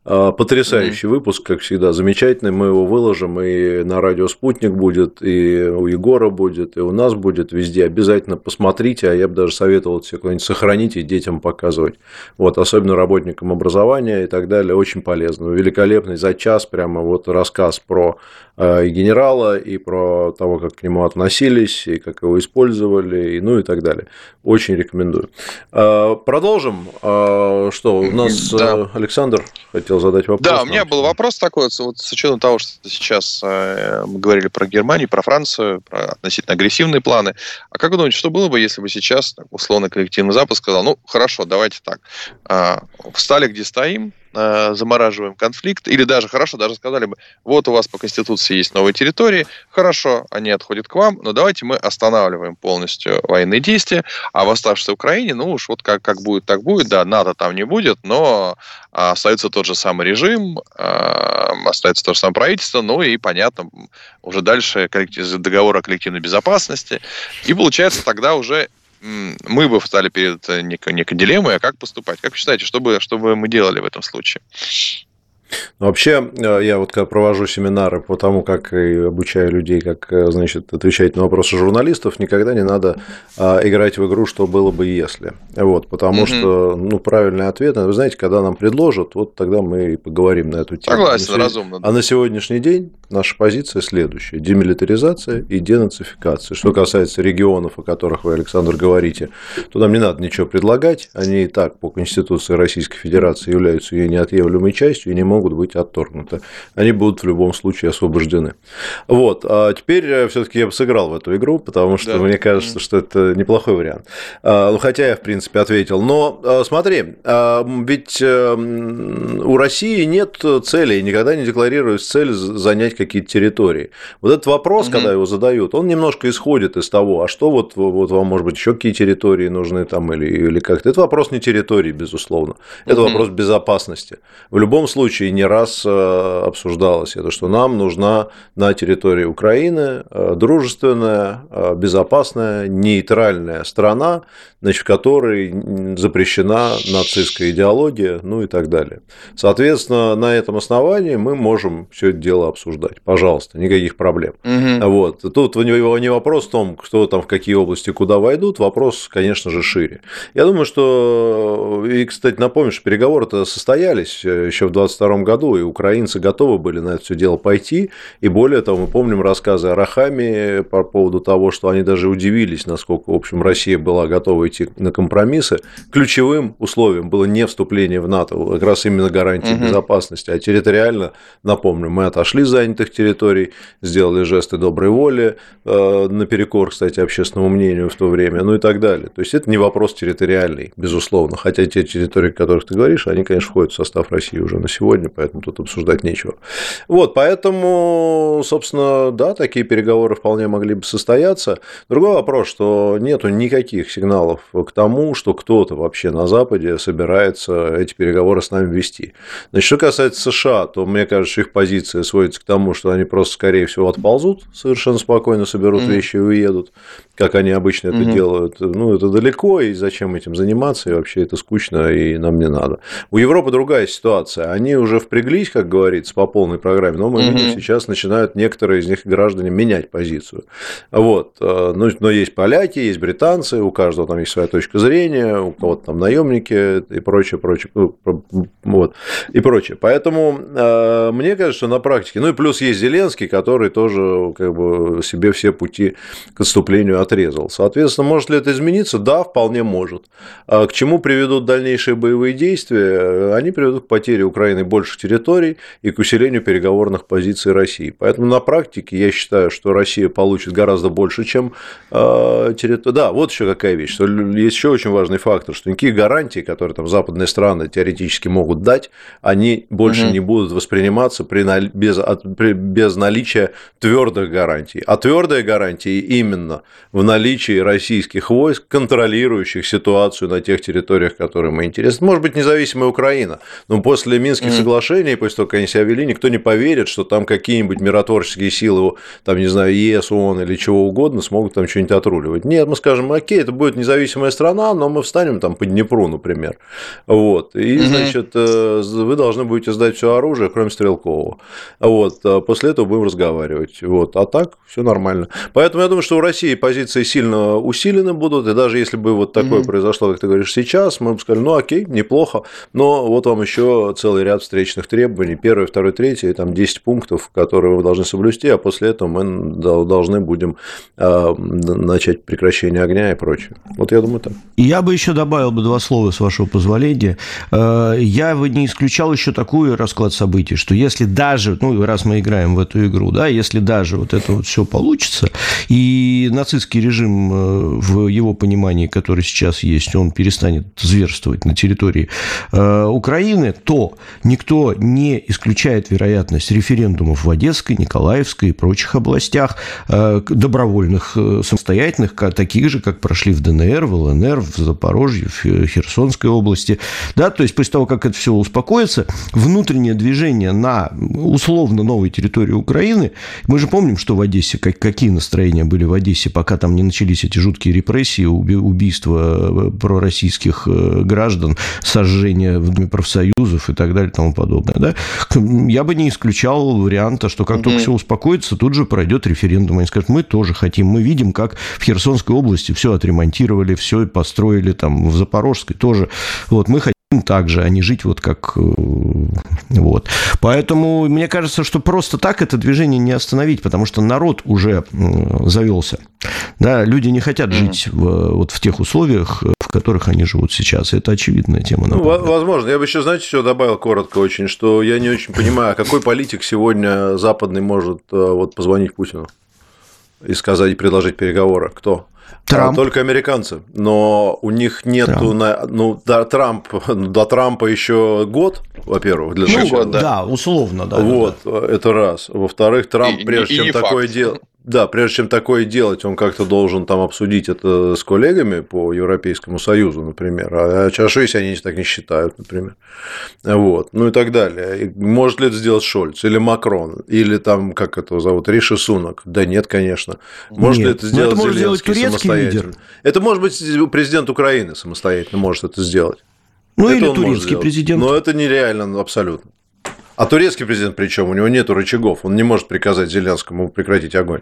Потрясающий mm-hmm. выпуск, как всегда, замечательный. Мы его выложим, и на радио «Спутник» будет, и у Егора будет, и у нас будет, везде. Обязательно посмотрите, а я бы даже советовал все куда-нибудь сохранить и детям показывать. Вот, особенно работникам образования и так далее. Очень полезно. Великолепный за час прямо вот рассказ про и генерала, и про того, как к нему относились, и как его использовали, и, ну и так далее. Очень рекомендую. Продолжим. Что, у нас да. Александр хотел задать вопрос. Да, у меня был вопрос такой, вот с учетом того, что сейчас мы говорили про Германию, про Францию, про относительно агрессивные планы. А как вы думаете, что было бы, если бы сейчас, так, условно, коллективный Запад сказал, ну, хорошо, давайте так, встали, где стоим, замораживаем конфликт, или даже, хорошо, даже сказали бы, вот у вас по Конституции есть новые территории, хорошо, они отходят к вам, но давайте мы останавливаем полностью военные действия, а в оставшейся Украине, ну уж вот как, как будет, так будет, да, НАТО там не будет, но остается тот же самый режим, остается то же самое правительство, ну и, понятно, уже дальше договор о коллективной безопасности, и получается тогда уже мы бы встали перед некой, некой дилеммой, а как поступать? Как вы считаете, что бы, что бы мы делали в этом случае? Ну, вообще, я вот когда провожу семинары по тому, как и обучаю людей, как, значит, отвечать на вопросы журналистов, никогда не надо играть в игру, что было бы если. Вот, потому mm-hmm. что, ну, правильный ответ, вы знаете, когда нам предложат, вот тогда мы и поговорим на эту тему. Согласен, а разумно. А на сегодняшний день наша позиция следующая: демилитаризация и денацификация. Что касается регионов, о которых вы, Александр, говорите, то нам не надо ничего предлагать, они и так по Конституции Российской Федерации являются ее неотъемлемой частью и не могут быть отторгнуты. Они будут в любом случае освобождены. Вот. А теперь все-таки я бы сыграл в эту игру, потому что да. мне кажется, что это неплохой вариант. Хотя я, в принципе, ответил. Но смотри, ведь у России нет цели, никогда не декларируется цель занять какие-то территории. Вот этот вопрос, угу. когда его задают, он немножко исходит из того, а что вот, вот вам, может быть, еще какие территории нужны там или, или как-то. Это вопрос не территории, безусловно. Это угу. вопрос безопасности. В любом случае, не раз обсуждалось это, что нам нужна на территории Украины дружественная, безопасная, нейтральная страна, значит, в которой запрещена нацистская идеология, ну и так далее. Соответственно, на этом основании мы можем все это дело обсуждать. Пожалуйста, никаких проблем. Угу. Вот. Тут не вопрос в том, кто там в какие области куда войдут, вопрос, конечно же, шире. Я думаю, что, и, кстати, напомню, что переговоры-то состоялись еще в двадцать втором году, и украинцы готовы были на это все дело пойти, и более того, мы помним рассказы о Рахаме по поводу того, что они даже удивились, насколько, в общем, Россия была готова идти на компромиссы. Ключевым условием было не вступление в НАТО, как раз именно гарантии угу. безопасности, а территориально, напомню, мы отошли с занятых территорий, сделали жесты доброй воли, наперекор, кстати, общественному мнению в то время, ну и так далее. То есть, это не вопрос территориальный, безусловно, хотя те территории, о которых ты говоришь, они, конечно, входят в состав России уже на сегодня, поэтому тут обсуждать нечего. Вот, поэтому, собственно, да, такие переговоры вполне могли бы состояться. Другой вопрос, что нету никаких сигналов к тому, что кто-то вообще на Западе собирается эти переговоры с нами вести. Значит, что касается США, то, мне кажется, их позиция сводится к тому, что они просто, скорее всего, отползут, совершенно спокойно соберут mm-hmm. вещи и уедут, как они обычно mm-hmm. это делают. Ну, это далеко, и зачем этим заниматься, и вообще это скучно, и нам не надо. У Европы другая ситуация. Они уже впряглись, как говорится, по полной программе, но мы mm-hmm. видим, сейчас начинают некоторые из них граждане менять позицию. Вот. Но, но есть поляки, есть британцы, у каждого там есть своя точка зрения, у кого-то там наемники и прочее, прочее, вот, и прочее. Поэтому мне кажется, что на практике, ну и плюс есть Зеленский, который тоже как бы себе все пути к отступлению отрезал. Соответственно, может ли это измениться? Да, вполне может. А к чему приведут дальнейшие боевые действия? Они приведут к потере Украины больше территорий и к усилению переговорных позиций России. Поэтому на практике я считаю, что Россия получит гораздо больше, чем э, территория. Да, вот еще какая вещь, что есть еще очень важный фактор, что никакие гарантии, которые там западные страны теоретически могут дать, они больше угу. не будут восприниматься при, без, при, без наличия твердых гарантий. А твердые гарантии именно в наличии российских войск, контролирующих ситуацию на тех территориях, которые мы интересны. Может быть, независимая Украина, но после Минских соглашений соглашения, после того, как они себя вели, никто не поверит, что там какие-нибудь миротворческие силы, там, не знаю, ЕС, ООН или чего угодно смогут там что-нибудь отруливать. Нет, мы скажем, окей, это будет независимая страна, но мы встанем там по Днепру, например. Вот. И, значит, вы должны будете сдать все оружие, кроме стрелкового. Вот. После этого будем разговаривать. Вот. А так все нормально. Поэтому я думаю, что у России позиции сильно усилены будут, и даже если бы вот такое mm-hmm. произошло, как ты говоришь, сейчас, мы бы сказали, ну окей, неплохо, но вот вам еще целый ряд встречных требований, первое, второе, третье, там десять пунктов, которые вы должны соблюсти, а после этого мы должны будем начать прекращение огня и прочее. Вот я думаю так. Я бы еще добавил бы два слова, с вашего позволения. Я бы не исключал еще такой расклад событий, что если даже, ну, раз мы играем в эту игру, да, если даже вот это вот все получится, и нацистский режим в его понимании, который сейчас есть, он перестанет зверствовать на территории Украины, то никто не исключает вероятность референдумов в Одесской, Николаевской и прочих областях, добровольных, самостоятельных, таких же, как прошли в ДНР, в ЛНР, в Запорожье, в Херсонской области. Да, то есть, после того, как это все успокоится, внутреннее движение на условно новой территории Украины, мы же помним, что в Одессе, какие настроения были в Одессе, пока там не начались эти жуткие репрессии, убийства пророссийских граждан, сожжение профсоюзов и так далее и тому подобное. Да? Я бы не исключал варианта, что как mm-hmm. только все успокоится, тут же пройдет референдум. Они скажут, мы тоже хотим. Мы видим, как в Херсонской области все отремонтировали, все построили, там, в Запорожской тоже. Вот, мы хотим так же, а не жить вот как... Вот. Поэтому мне кажется, что просто так это движение не остановить, потому что народ уже завелся. Да, люди не хотят жить в, вот в тех условиях, в которых они живут сейчас. Это очевидная тема. Ну, возможно. Я бы еще, знаете, что добавил коротко очень, что я не очень понимаю, какой политик сегодня западный может вот, позвонить Путину и сказать, и предложить переговоры. Кто? Трамп. Только американцы, но у них нету, на, ну, до, Трамп, до Трампа еще год, во-первых, для ну, начала. Год, да. да, условно, да. Вот, да. это раз. Во-вторых, Трамп, и, прежде и, чем и такое делать... Да, прежде чем такое делать, он как-то должен там обсудить это с коллегами по Европейскому Союзу, например. А что, если они так не считают, например. Вот. Ну и так далее. Может ли это сделать Шольц или Макрон, или там, как это зовут, Риши Сунак? Да нет, конечно. Может нет. ли это сделать это Зеленский самостоятельно? Лидер. Это может быть президент Украины самостоятельно может это сделать. Ну это или турецкий президент. Но это нереально абсолютно. А турецкий президент причем, у него нет рычагов, он не может приказать Зеленскому прекратить огонь.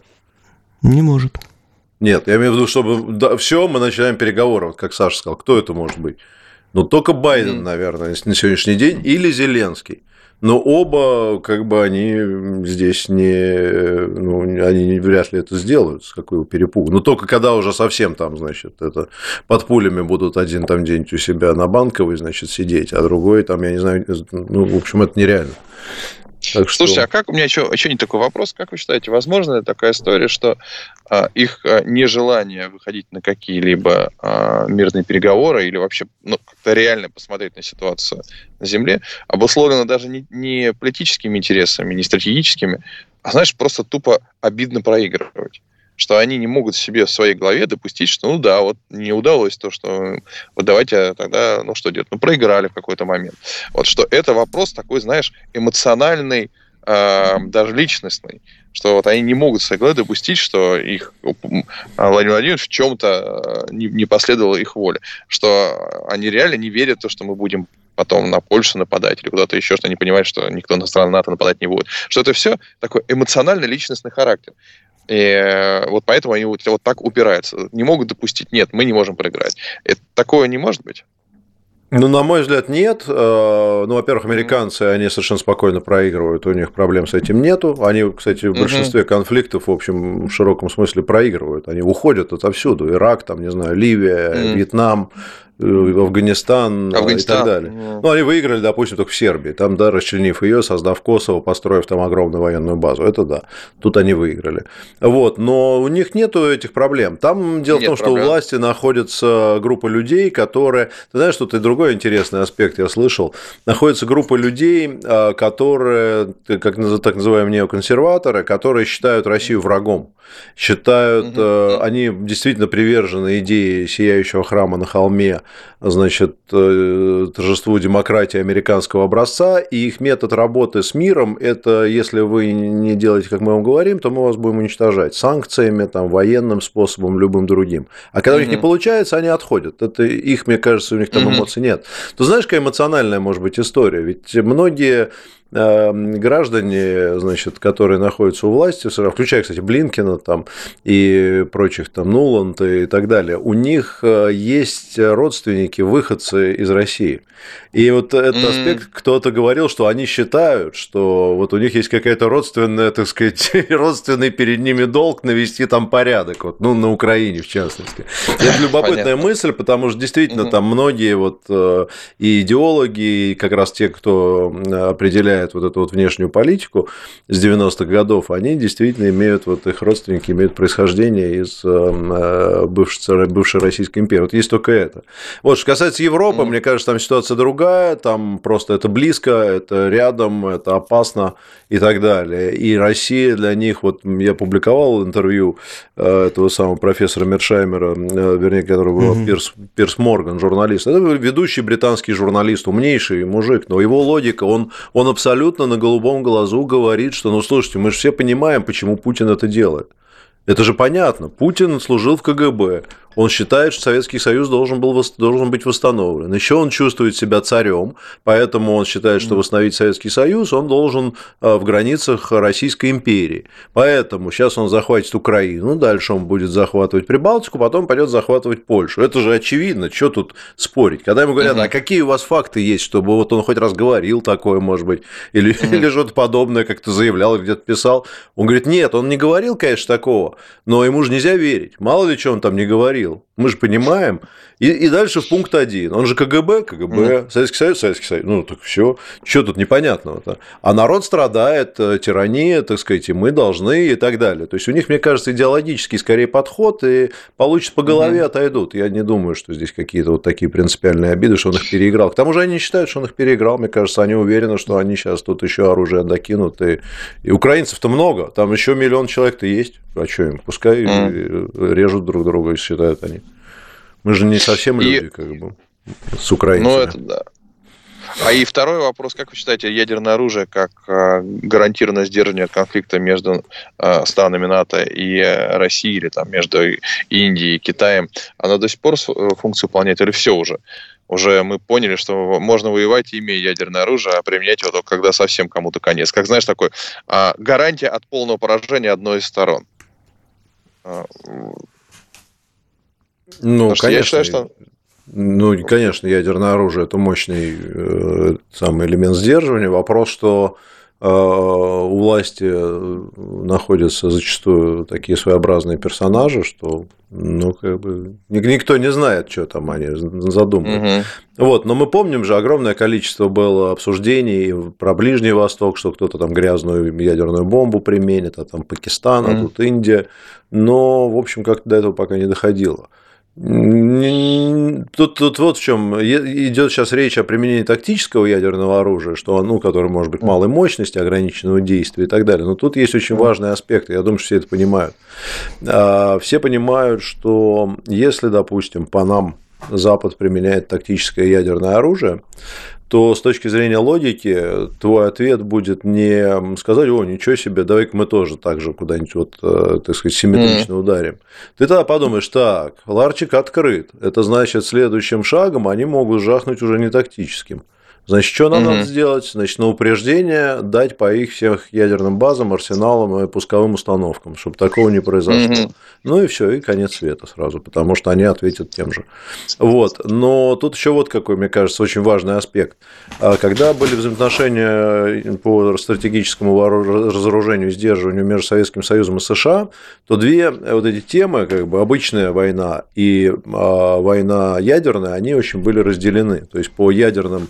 Не может. Нет, я имею в виду, чтобы да, все, мы начинаем переговоры, вот как Саша сказал, кто это может быть? Ну, только Байден, mm. наверное, на сегодняшний день, или Зеленский. Но оба, как бы, они здесь не, ну, они вряд ли это сделают, с какой перепугу. Но только когда уже совсем там, значит, это под пулями будут один там день у себя на Банковой, значит, сидеть, а другой там, я не знаю, ну, в общем, это нереально. Так Слушайте, что... а как у меня еще, еще не такой вопрос, как вы считаете, возможно ли такая история, что а, их а, нежелание выходить на какие-либо а, мирные переговоры или вообще ну, как-то реально посмотреть на ситуацию на Земле обусловлено даже не, не политическими интересами, не стратегическими, а, знаешь, просто тупо обидно проигрывать? Что они не могут себе в своей голове допустить, что, ну да, вот не удалось то, что вот давайте тогда, ну что делать, ну проиграли в какой-то момент. Вот что это вопрос такой, знаешь, эмоциональный, э, даже личностный, что вот они не могут в своей голове допустить, что их Владимир Владимирович в чем-то не, не последовала их воле, что они реально не верят в то, что мы будем потом на Польшу нападать или куда-то еще, что они понимают, что никто на страны НАТО нападать не будет. Что это все такой эмоциональный личностный характер. И вот поэтому они вот, вот так упираются. Не могут допустить, нет, мы не можем проиграть. Это, такое не может быть? Ну, на мой взгляд, нет. Ну, во-первых, американцы, они совершенно спокойно проигрывают, у них проблем с этим нету. Они, кстати, в большинстве конфликтов, в общем, в широком смысле проигрывают. Они уходят отовсюду. Ирак, там, не знаю, Ливия, mm. Вьетнам, Афганистан, Афганистан и так далее. Mm. Ну, они выиграли, допустим, только в Сербии. Там, да, расчленив ее, создав Косово, построив там огромную военную базу. Это да. Тут они выиграли. Вот. Но у них нету этих проблем. Там дело Нет в том, проблем. что у власти находится группа людей, которые... Ты знаешь, тут и другой интересный аспект я слышал. Находится группа людей, которые, как так называемые неоконсерваторы, которые считают Россию врагом. Считают... Mm-hmm. Они действительно привержены идее сияющего храма на холме значит, торжеству демократии американского образца, и их метод работы с миром – это, если вы не делаете, как мы вам говорим, то мы вас будем уничтожать санкциями, там, военным способом, любым другим. А когда mm-hmm. у них не получается, они отходят. Это их, мне кажется, у них там mm-hmm. эмоций нет. Ты знаешь, какая эмоциональная может быть история? Ведь многие граждане, значит, которые находятся у власти в США, включая, кстати, Блинкена там, и прочих, там, Нуланда и так далее, у них есть родственники, выходцы из России. И вот этот mm-hmm. аспект, кто-то говорил, что они считают, что вот у них есть какая-то родственная, так сказать, родственный перед ними долг навести там порядок, вот, ну, на Украине, в частности. Это любопытная Понятно. мысль, потому что действительно mm-hmm. там многие вот и идеологи, и как раз те, кто определяет вот эту вот внешнюю политику с девяностых годов, они действительно имеют, вот их родственники имеют происхождение из бывшей, бывшей Российской империи. Вот есть только это. Вот, что касается Европы, mm-hmm. мне кажется, там ситуация другая, там просто это близко, это рядом, это опасно и так далее. И Россия для них, вот я публиковал интервью этого самого профессора Мершаймера, вернее, который был mm-hmm. Пирс, Пирс Морган, журналист. Это ведущий британский журналист, умнейший мужик, но его логика, он, он абсолютно на голубом глазу говорит, что, ну, слушайте, мы же все понимаем, почему Путин это делает. Это же понятно. Путин служил в ка гэ бэ. Он считает, что Советский Союз должен, был, должен быть восстановлен. Еще он чувствует себя царем, поэтому он считает, что восстановить Советский Союз он должен в границах Российской империи. Поэтому сейчас он захватит Украину, дальше он будет захватывать Прибалтику, потом пойдет захватывать Польшу. Это же очевидно, что тут спорить. Когда ему говорят, а какие у вас факты есть, чтобы вот он хоть раз говорил такое, может быть, или, или что-то подобное, как-то заявлял, где-то писал, он говорит, нет, он не говорил, конечно, такого, но ему же нельзя верить. Мало ли, что он там не говорил. Мы же понимаем. И, и дальше в пункт один. Он же ка гэ бэ, ка гэ бэ, mm-hmm. Советский Союз, Советский Союз. Ну, так все. Что тут непонятного-то? А народ страдает, тирания, так сказать, и мы должны, и так далее. То есть у них, мне кажется, идеологический скорее подход, и получится по голове mm-hmm. отойдут. Я не думаю, что здесь какие-то вот такие принципиальные обиды, что он их переиграл. К тому же они считают, что он их переиграл. Мне кажется, они уверены, что они сейчас тут еще оружие докинут. И, и украинцев-то много. Там еще миллион человек-то есть. А что им? Пускай mm-hmm. режут друг друга, считают они. Мы же не совсем люди, и... как бы, с украинцами. Ну, это да. А и второй вопрос. Как вы считаете, ядерное оружие как гарантированное сдерживание от конфликта между странами НАТО и Россией, или там между Индией и Китаем, оно до сих пор функцию выполняет, или все уже? Уже мы поняли, что можно воевать, имея ядерное оружие, а применять его только когда совсем кому-то конец. Как, знаешь, такой гарантия от полного поражения одной из сторон. Ну, Потому конечно, я считаю, что... ну, конечно, ядерное оружие – это мощный э, самый элемент сдерживания. Вопрос, что э, у власти находятся зачастую такие своеобразные персонажи, что ну, как бы, никто не знает, что там они задумают. Угу. Вот, но мы помним же, огромное количество было обсуждений про Ближний Восток, что кто-то там грязную ядерную бомбу применит, а там Пакистан, а тут Индия. Но, в общем, как-то до этого пока не доходило. Тут, тут вот в чем идет сейчас речь о применении тактического ядерного оружия, что, ну, которое может быть малой мощности, ограниченного действия и так далее. Но тут есть очень важный аспект, я думаю, что все это понимают. Все понимают, что если, допустим, по нам Запад применяет тактическое ядерное оружие, то с точки зрения логики твой ответ будет не сказать, о, ничего себе, давай-ка мы тоже так же куда-нибудь, вот, так сказать, симметрично mm-hmm. ударим. Ты тогда подумаешь, так, ларчик открыт, это значит, следующим шагом они могут жахнуть уже не тактическим. Значит, что нам mm-hmm. надо сделать? Значит, на упреждение дать по их всех ядерным базам, арсеналам и пусковым установкам, чтобы такого не произошло. Mm-hmm. Ну и все, и конец света сразу, потому что они ответят тем же. Вот. Но тут еще вот какой, мне кажется, очень важный аспект. Когда были взаимоотношения по стратегическому разоружению и сдерживанию между Советским Союзом и США, то две вот эти темы, как бы обычная война и война ядерная, они очень были разделены. То есть по ядерным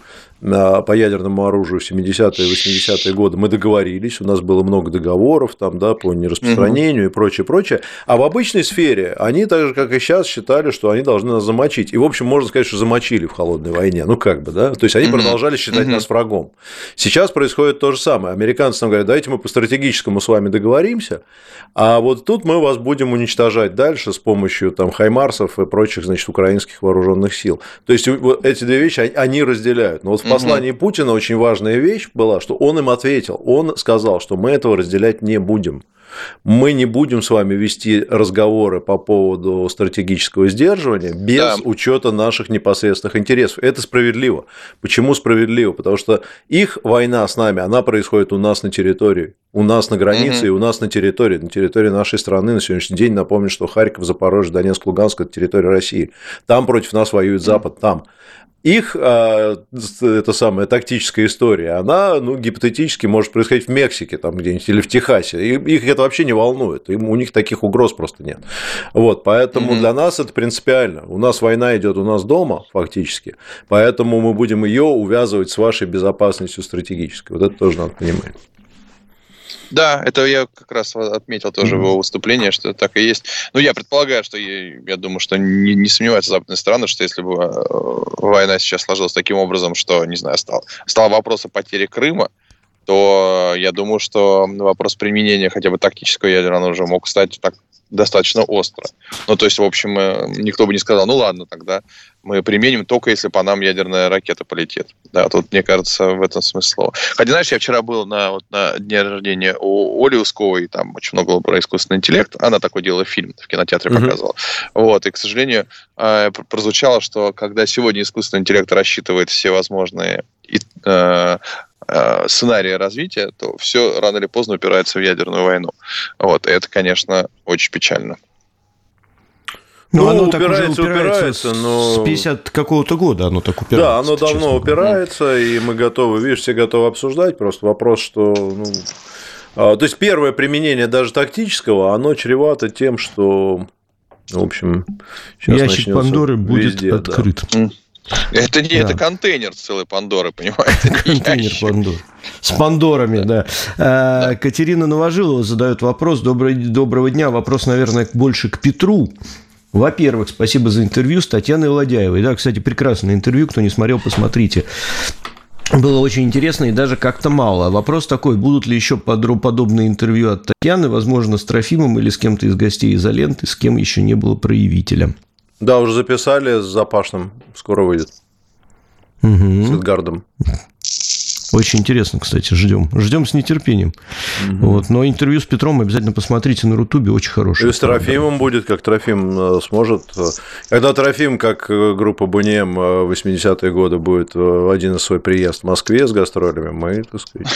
по ядерному оружию в семидесятые и восьмидесятые годы, мы договорились, у нас было много договоров там, да, по нераспространению угу. и прочее, прочее. А в обычной сфере они, так же, как и сейчас, считали, что они должны нас замочить. И, в общем, можно сказать, что замочили в холодной войне. Ну, как бы, да? То есть, они угу. продолжали считать угу. нас врагом. Сейчас происходит то же самое. Американцы нам говорят, давайте мы по стратегическому с вами договоримся, а вот тут мы вас будем уничтожать дальше с помощью там, хаймарсов и прочих, значит, украинских вооруженных сил. То есть, вот эти две вещи они разделяют. Но вот в послании угу. Путина очень важная вещь была, что он им ответил. Он сказал, что мы этого разделять не будем. Мы не будем с вами вести разговоры по поводу стратегического сдерживания без да. учета наших непосредственных интересов. Это справедливо. Почему справедливо? Потому что их война с нами, она происходит у нас на территории, у нас на границе угу. и у нас на территории, на территории нашей страны. На сегодняшний день напомню, что Харьков, Запорожье, Донецк, Луганск – это территория России. Там против нас воюет Запад, там. Их, это самая тактическая история, она, ну, гипотетически может происходить в Мексике там где-нибудь или в Техасе. И их это вообще не волнует. Им, у них таких угроз просто нет. Вот, поэтому mm-hmm. для нас это принципиально. У нас война идет у нас дома, фактически. Поэтому мы будем ее увязывать с вашей безопасностью стратегической. Вот это тоже надо понимать. Да, это я как раз отметил тоже mm-hmm. в его выступлении, что так и есть. Ну, я предполагаю, что я, я думаю, что не, не сомневаются западные страны, что если бы война сейчас сложилась таким образом, что, не знаю, стал, стал вопрос о потере Крыма, то я думаю, что вопрос применения хотя бы тактического ядерного оружия мог стать так достаточно остро. Ну, то есть, в общем, никто бы не сказал, ну, ладно, тогда мы применим только если по нам ядерная ракета полетит. Да, тут, мне кажется, в этом смысл слова. Хотя, знаешь, я вчера был на, вот, на дне рождения у Оли Усковой, там очень много было про искусственный интеллект. Она такой делала фильм, в кинотеатре uh-huh. показывала. Вот, и, к сожалению, прозвучало, что когда сегодня искусственный интеллект рассчитывает все возможные сценарии развития, то все рано или поздно упирается в ядерную войну. Вот, и это, конечно, очень печально. Ну, оно упирается, так уже упирается, упирается, но... с пятидесятого какого-то года оно так упирается. Да, оно давно упирается, и мы готовы, видишь, все готовы обсуждать, просто вопрос, что... Ну... То есть, первое применение даже тактического, оно чревато тем, что, в общем, сейчас ящик Пандоры будет везде, открыт. Да. Это не да. это контейнер целой Пандоры, понимаете? Контейнер Пандоры. С Пандорами, да. да. А, Катерина Новожилова задает вопрос. Добрый, доброго дня. Вопрос, наверное, больше к Петру. Во-первых, спасибо за интервью с Татьяной Ладяевой. Да, кстати, прекрасное интервью. Кто не смотрел, посмотрите. Было очень интересно и даже как-то мало. Вопрос такой, будут ли еще подобные интервью от Татьяны, возможно, с Трофимом или с кем-то из гостей изоленты, с кем еще не было проявителя. Да, уже записали с Запашным, скоро выйдет. Угу. С Эдгардом. Очень интересно, кстати, ждем. Ждем с нетерпением. Угу. Вот. Но интервью с Петром обязательно посмотрите на Рутубе, очень хорошее. И с Трофимом будет, как Трофим сможет. Когда Трофим, как группа Бунем в восьмидесятые годы, будет в один из свой приезд в Москве с гастролями, мы, так сказать...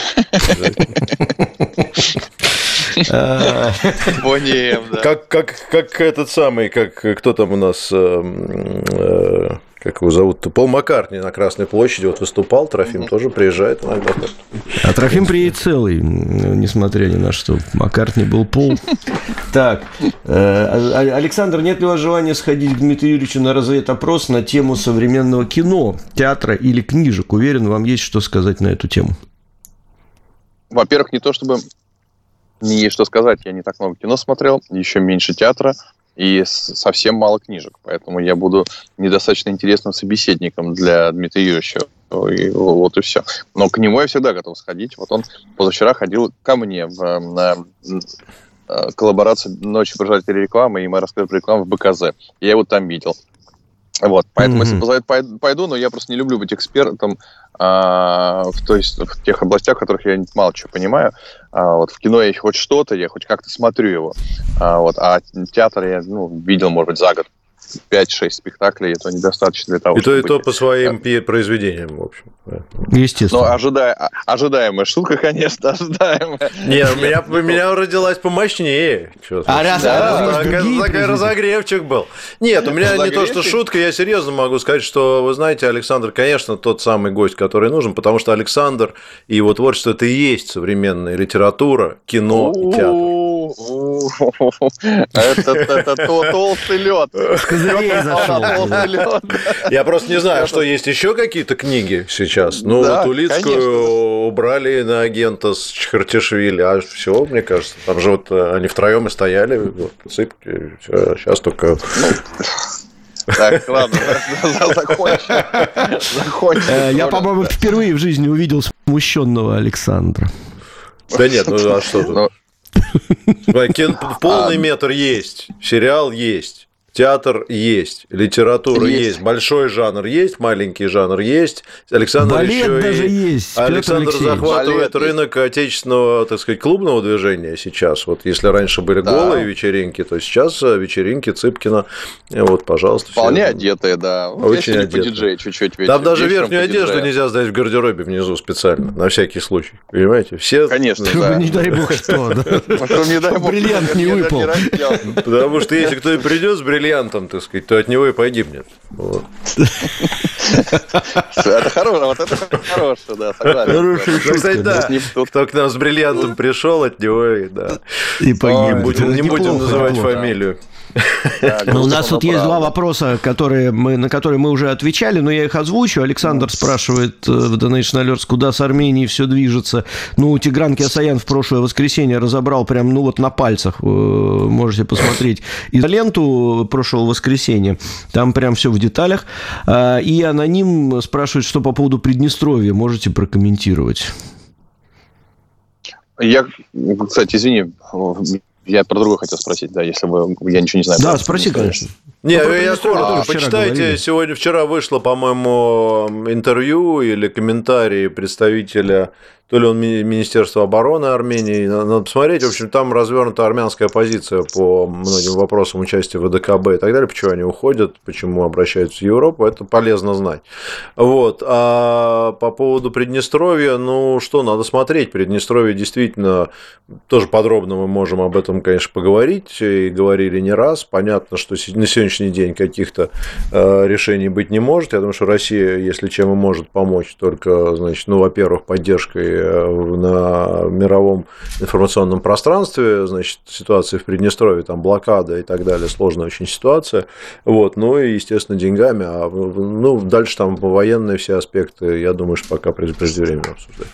Бунем, да. Как, как, как этот самый, как кто там у нас, как его зовут-то, Пол Маккартни на Красной площади вот выступал, Трофим mm-hmm. тоже приезжает иногда. А Трофим приедет целый, несмотря ни на что. Маккартни был Пол. Так, Александр, нет ли у вас желания сходить к Дмитрию Юрьевичу на разведопрос на тему современного кино, театра или книжек? Уверен, вам есть что сказать на эту тему. Во-первых, не то чтобы... Не есть что сказать, я не так много кино смотрел, еще меньше театра и совсем мало книжек, поэтому я буду недостаточно интересным собеседником для Дмитрия Юрьевича, и, вот и все. Но к нему я всегда готов сходить. Вот он позавчера ходил ко мне в, на коллаборацию «Ночи прожигателей рекламы», и мы рассказывали про рекламу в бэ ка зэ. Я его там видел. Вот, поэтому, mm-hmm. если позовет, пойду, но я просто не люблю быть экспертом а, в, то есть, в тех областях, в которых я мало чего понимаю. А, вот, в кино я хоть что-то, я хоть как-то смотрю его. А, вот, а театр я ну, видел, может быть, за год пять-шесть спектаклей, это недостаточно для того, и чтобы... И то, и то быть... по своим да. произведениям, в общем. Естественно. Ну, ожидая... ожидаемая штука, конечно, ожидаемая. Не, у меня, у меня родилась помощнее. А раз, да, а такой, такой разогревчик был. Нет, у меня не то, что шутка, я серьезно могу сказать, что, вы знаете, Александр, конечно, тот самый гость, который нужен, потому что Александр и его творчество – это и есть современная литература, кино и театр. Это толстый лед. Толстый лед. Я просто не знаю, что есть еще какие-то книги сейчас. Ну, вот Улицкую убрали на агента с Чхартишвили, а все, мне кажется. Там же вот они втроем и стояли, вот, Цыпки. Сейчас только... Так, ладно, закончим. Я, по-моему, впервые в жизни увидел смущенного Александра. Да нет, ну а что тут? Полный метр есть, сериал есть. Театр есть, литература есть. есть, большой жанр есть, маленький жанр есть. Александр балет еще даже и... есть. Александр захватывает балет рынок есть. Отечественного, так сказать, клубного движения сейчас. Вот если раньше были да. голые вечеринки, то сейчас вечеринки Цыпкина. Вот, пожалуйста. Вполне все. Одетые, да. Очень одетые. По-диджею чуть-чуть. Там даже верхнюю одежду нельзя сдать в гардеробе внизу специально, на всякий случай. Понимаете? Все... Конечно, да. Не дай бог что. Бриллиант не выпал. Потому что если кто и придет с бриллиантом, так сказать, то от него и погибнет. Вот. Это хорошее, вот это хорошее, да, согласен. Хорошая шутка. Кстати, да, кто к нам с бриллиантом пришел, от него и, да. И погиб. Не будем называть фамилию. Ну, у нас тут есть два вопроса, которые мы, на которые мы уже отвечали, но я их озвучу. Александр спрашивает в Donation Alerts, куда с Арменией все движется. Ну, Тигран Кеосаян в прошлое воскресенье разобрал прям, ну, вот на пальцах. Можете посмотреть изоленту прошлого воскресенья. Там прям все в деталях. И Аноним спрашивает, что по поводу Приднестровья. Можете прокомментировать? Я, кстати, извини, я про другое хотел спросить, да, если вы, я ничего не знаю. Да, спроси, конечно. Не, ну, я скоро, почитайте, сегодня, вчера вышло, по-моему, интервью или комментарий представителя, то ли он Министерства обороны Армении, надо посмотреть, в общем, там развернута армянская позиция по многим вопросам участия в ВДКБ и так далее, почему они уходят, почему обращаются в Европу, это полезно знать. Вот. А по поводу Приднестровья, ну, что, надо смотреть, Приднестровье действительно, тоже подробно мы можем об этом, конечно, поговорить, и говорили не раз, понятно, что на сегодняшний день каких-то решений быть не может, я думаю, что Россия, если чем и может помочь, только, значит, ну, во-первых, поддержкой на мировом информационном пространстве, значит, ситуация в Приднестровье, там блокада и так далее, сложная очень ситуация, вот, ну и, естественно, деньгами, а ну, дальше там военные все аспекты, я думаю, что пока преждевременно обсуждать.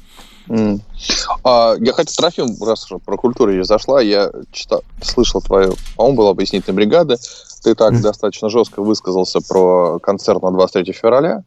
Mm. А, я хотел, Трофим, раз уже про культуру речь зашла, я читал, слышал твою, по-моему, была объяснительная бригада, ты так mm. достаточно жестко высказался про концерт на двадцать третьего февраля,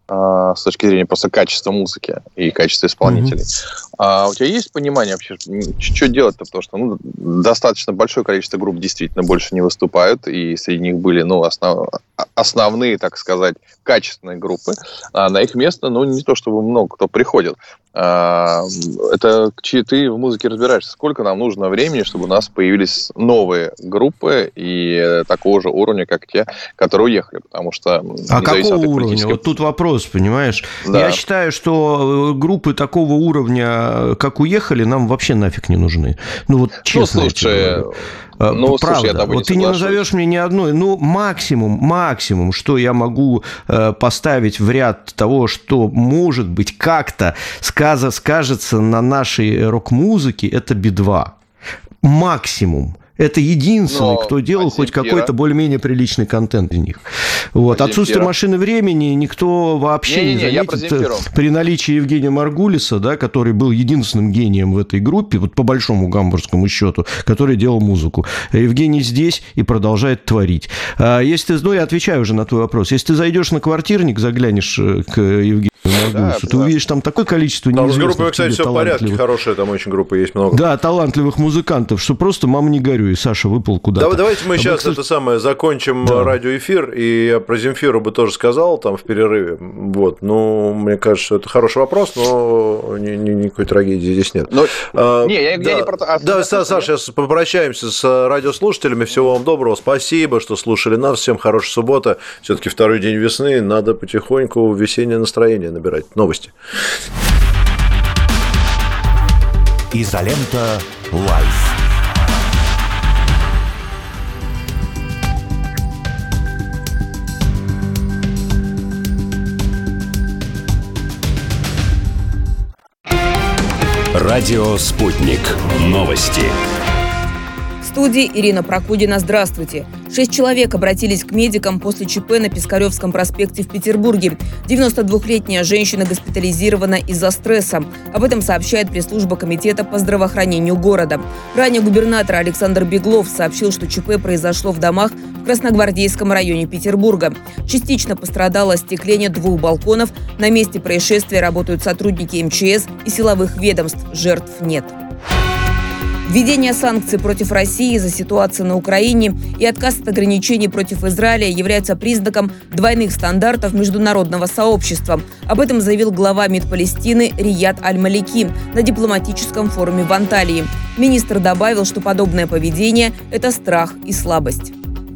с точки зрения просто качества музыки и качества исполнителей. Mm-hmm. А у тебя есть понимание вообще, что делать-то? Потому что ну, достаточно большое количество групп действительно больше не выступают, и среди них были ну, основ... основные, так сказать, качественные группы. А на их место, ну, не то чтобы много кто приходит. А, это ты в музыке разбираешься. Сколько нам нужно времени, чтобы у нас появились новые группы и такого же уровня, как те, которые уехали? Потому что... А какого уровня? Политической... Вот тут вопрос, понимаешь? Да. Я считаю, что группы такого уровня, как уехали, нам вообще нафиг не нужны. Ну, вот честно. Ну, слушай... Ну, правда. Слушай, я вот ты не назовешь мне ни одной. Ну, максимум, максимум, что я могу э, поставить в ряд того, что, может быть, как-то сказ- скажется на нашей рок-музыке, это Би два. Максимум. Это единственный, Но кто делал хоть какой-то более-менее приличный контент из них. Вот. Отсутствие машины времени никто вообще не, не, не заметит. При наличии Евгения Маргулиса, да, который был единственным гением в этой группе, вот по большому гамбургскому счету, который делал музыку. Евгений здесь и продолжает творить. Если ты, ну, я отвечаю уже на твой вопрос. Если ты зайдешь на квартирник, заглянешь к Евгению Маргулису, да, ты увидишь там такое количество неизвестных тебе талантливых... Там с группой, кстати, все в порядке, хорошая, там очень группа есть много. Да, талантливых музыкантов, что просто мама не горюй, Саша выпал куда-то. Да, давайте мы а сейчас мы, кстати... это самое закончим да. радиоэфир, и я про Земфиру бы тоже сказал там в перерыве. Вот, ну, мне кажется, что это хороший вопрос, но ни, ни, никакой трагедии здесь нет. Но... А, не, я, да, я не про... А, да, Саша, Саш, сейчас попрощаемся с радиослушателями. Всего вам доброго, спасибо, что слушали нас. Всем хорошей субботы. Все-таки второй день весны, надо потихоньку весеннее настроение набирать. Новости. Изолента Лайф. Радио «Спутник». Новости. студии Ирина Прокудина. Здравствуйте. Шесть человек обратились к медикам после ЧП на Пискаревском проспекте в Петербурге. девяностодвухлетняя женщина госпитализирована из-за стресса. Об этом сообщает пресс-служба Комитета по здравоохранению города. Ранее губернатор Александр Беглов сообщил, что ЧП произошло в домах в Красногвардейском районе Петербурга. Частично пострадало остекление двух балконов. На месте происшествия работают сотрудники эм че эс и силовых ведомств. Жертв нет. Введение санкций против России из-за ситуации на Украине и отказ от ограничений против Израиля являются признаком двойных стандартов международного сообщества. Об этом заявил глава МИД Палестины Рияд Аль-Малики на дипломатическом форуме в Анталии. Министр добавил, что подобное поведение – это страх и слабость.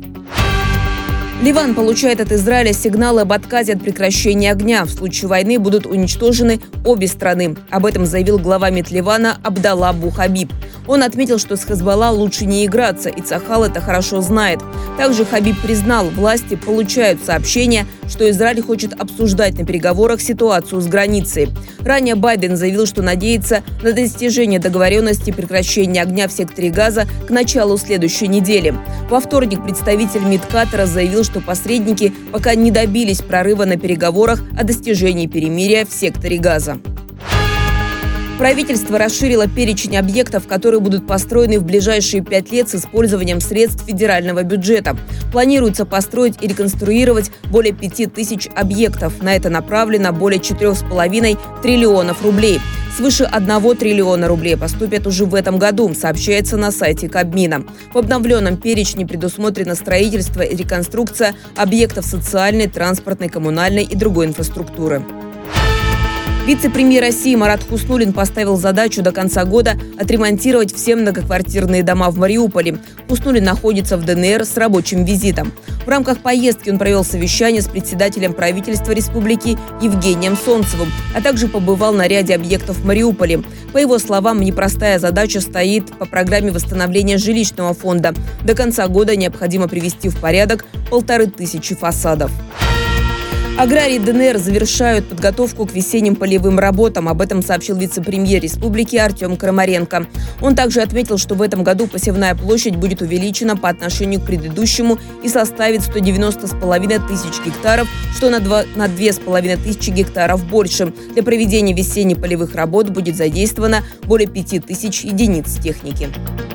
Ливан получает от Израиля сигналы об отказе от прекращения огня. В случае войны будут уничтожены обе страны. Об этом заявил глава МИД Ливана Абдалла Бу-Хабиб. Он отметил, что с Хезболла лучше не играться, и Цахал это хорошо знает. Также Хабиб признал, власти получают сообщения, что Израиль хочет обсуждать на переговорах ситуацию с границей. Ранее Байден заявил, что надеется на достижение договоренности прекращения огня в секторе Газа к началу следующей недели. Во вторник представитель МИД Катара заявил, что посредники пока не добились прорыва на переговорах о достижении перемирия в секторе Газа. Правительство расширило перечень объектов, которые будут построены в ближайшие пять лет с использованием средств федерального бюджета. Планируется построить и реконструировать более пяти тысяч объектов. На это направлено более четырех с половиной триллионов рублей. Свыше одного триллиона рублей поступят уже в этом году, сообщается на сайте Кабмина. В обновленном перечне предусмотрено строительство и реконструкция объектов социальной, транспортной, коммунальной и другой инфраструктуры. Вице-премьер России Марат Хуснуллин поставил задачу до конца года отремонтировать все многоквартирные дома в Мариуполе. Хуснуллин находится в дэ эн эр с рабочим визитом. В рамках поездки он провел совещание с председателем правительства республики Евгением Солнцевым, а также побывал на ряде объектов в Мариуполе. По его словам, непростая задача стоит по программе восстановления жилищного фонда. До конца года необходимо привести в порядок полторы тысячи фасадов. Аграрии дэ эн эр завершают подготовку к весенним полевым работам. Об этом сообщил вице-премьер республики Артем Крамаренко. Он также отметил, что в этом году посевная площадь будет увеличена по отношению к предыдущему и составит сто девяносто с половиной тысяч гектаров, что на две с половиной тысячи гектаров больше. Для проведения весенних полевых работ будет задействовано более пяти тысяч единиц техники.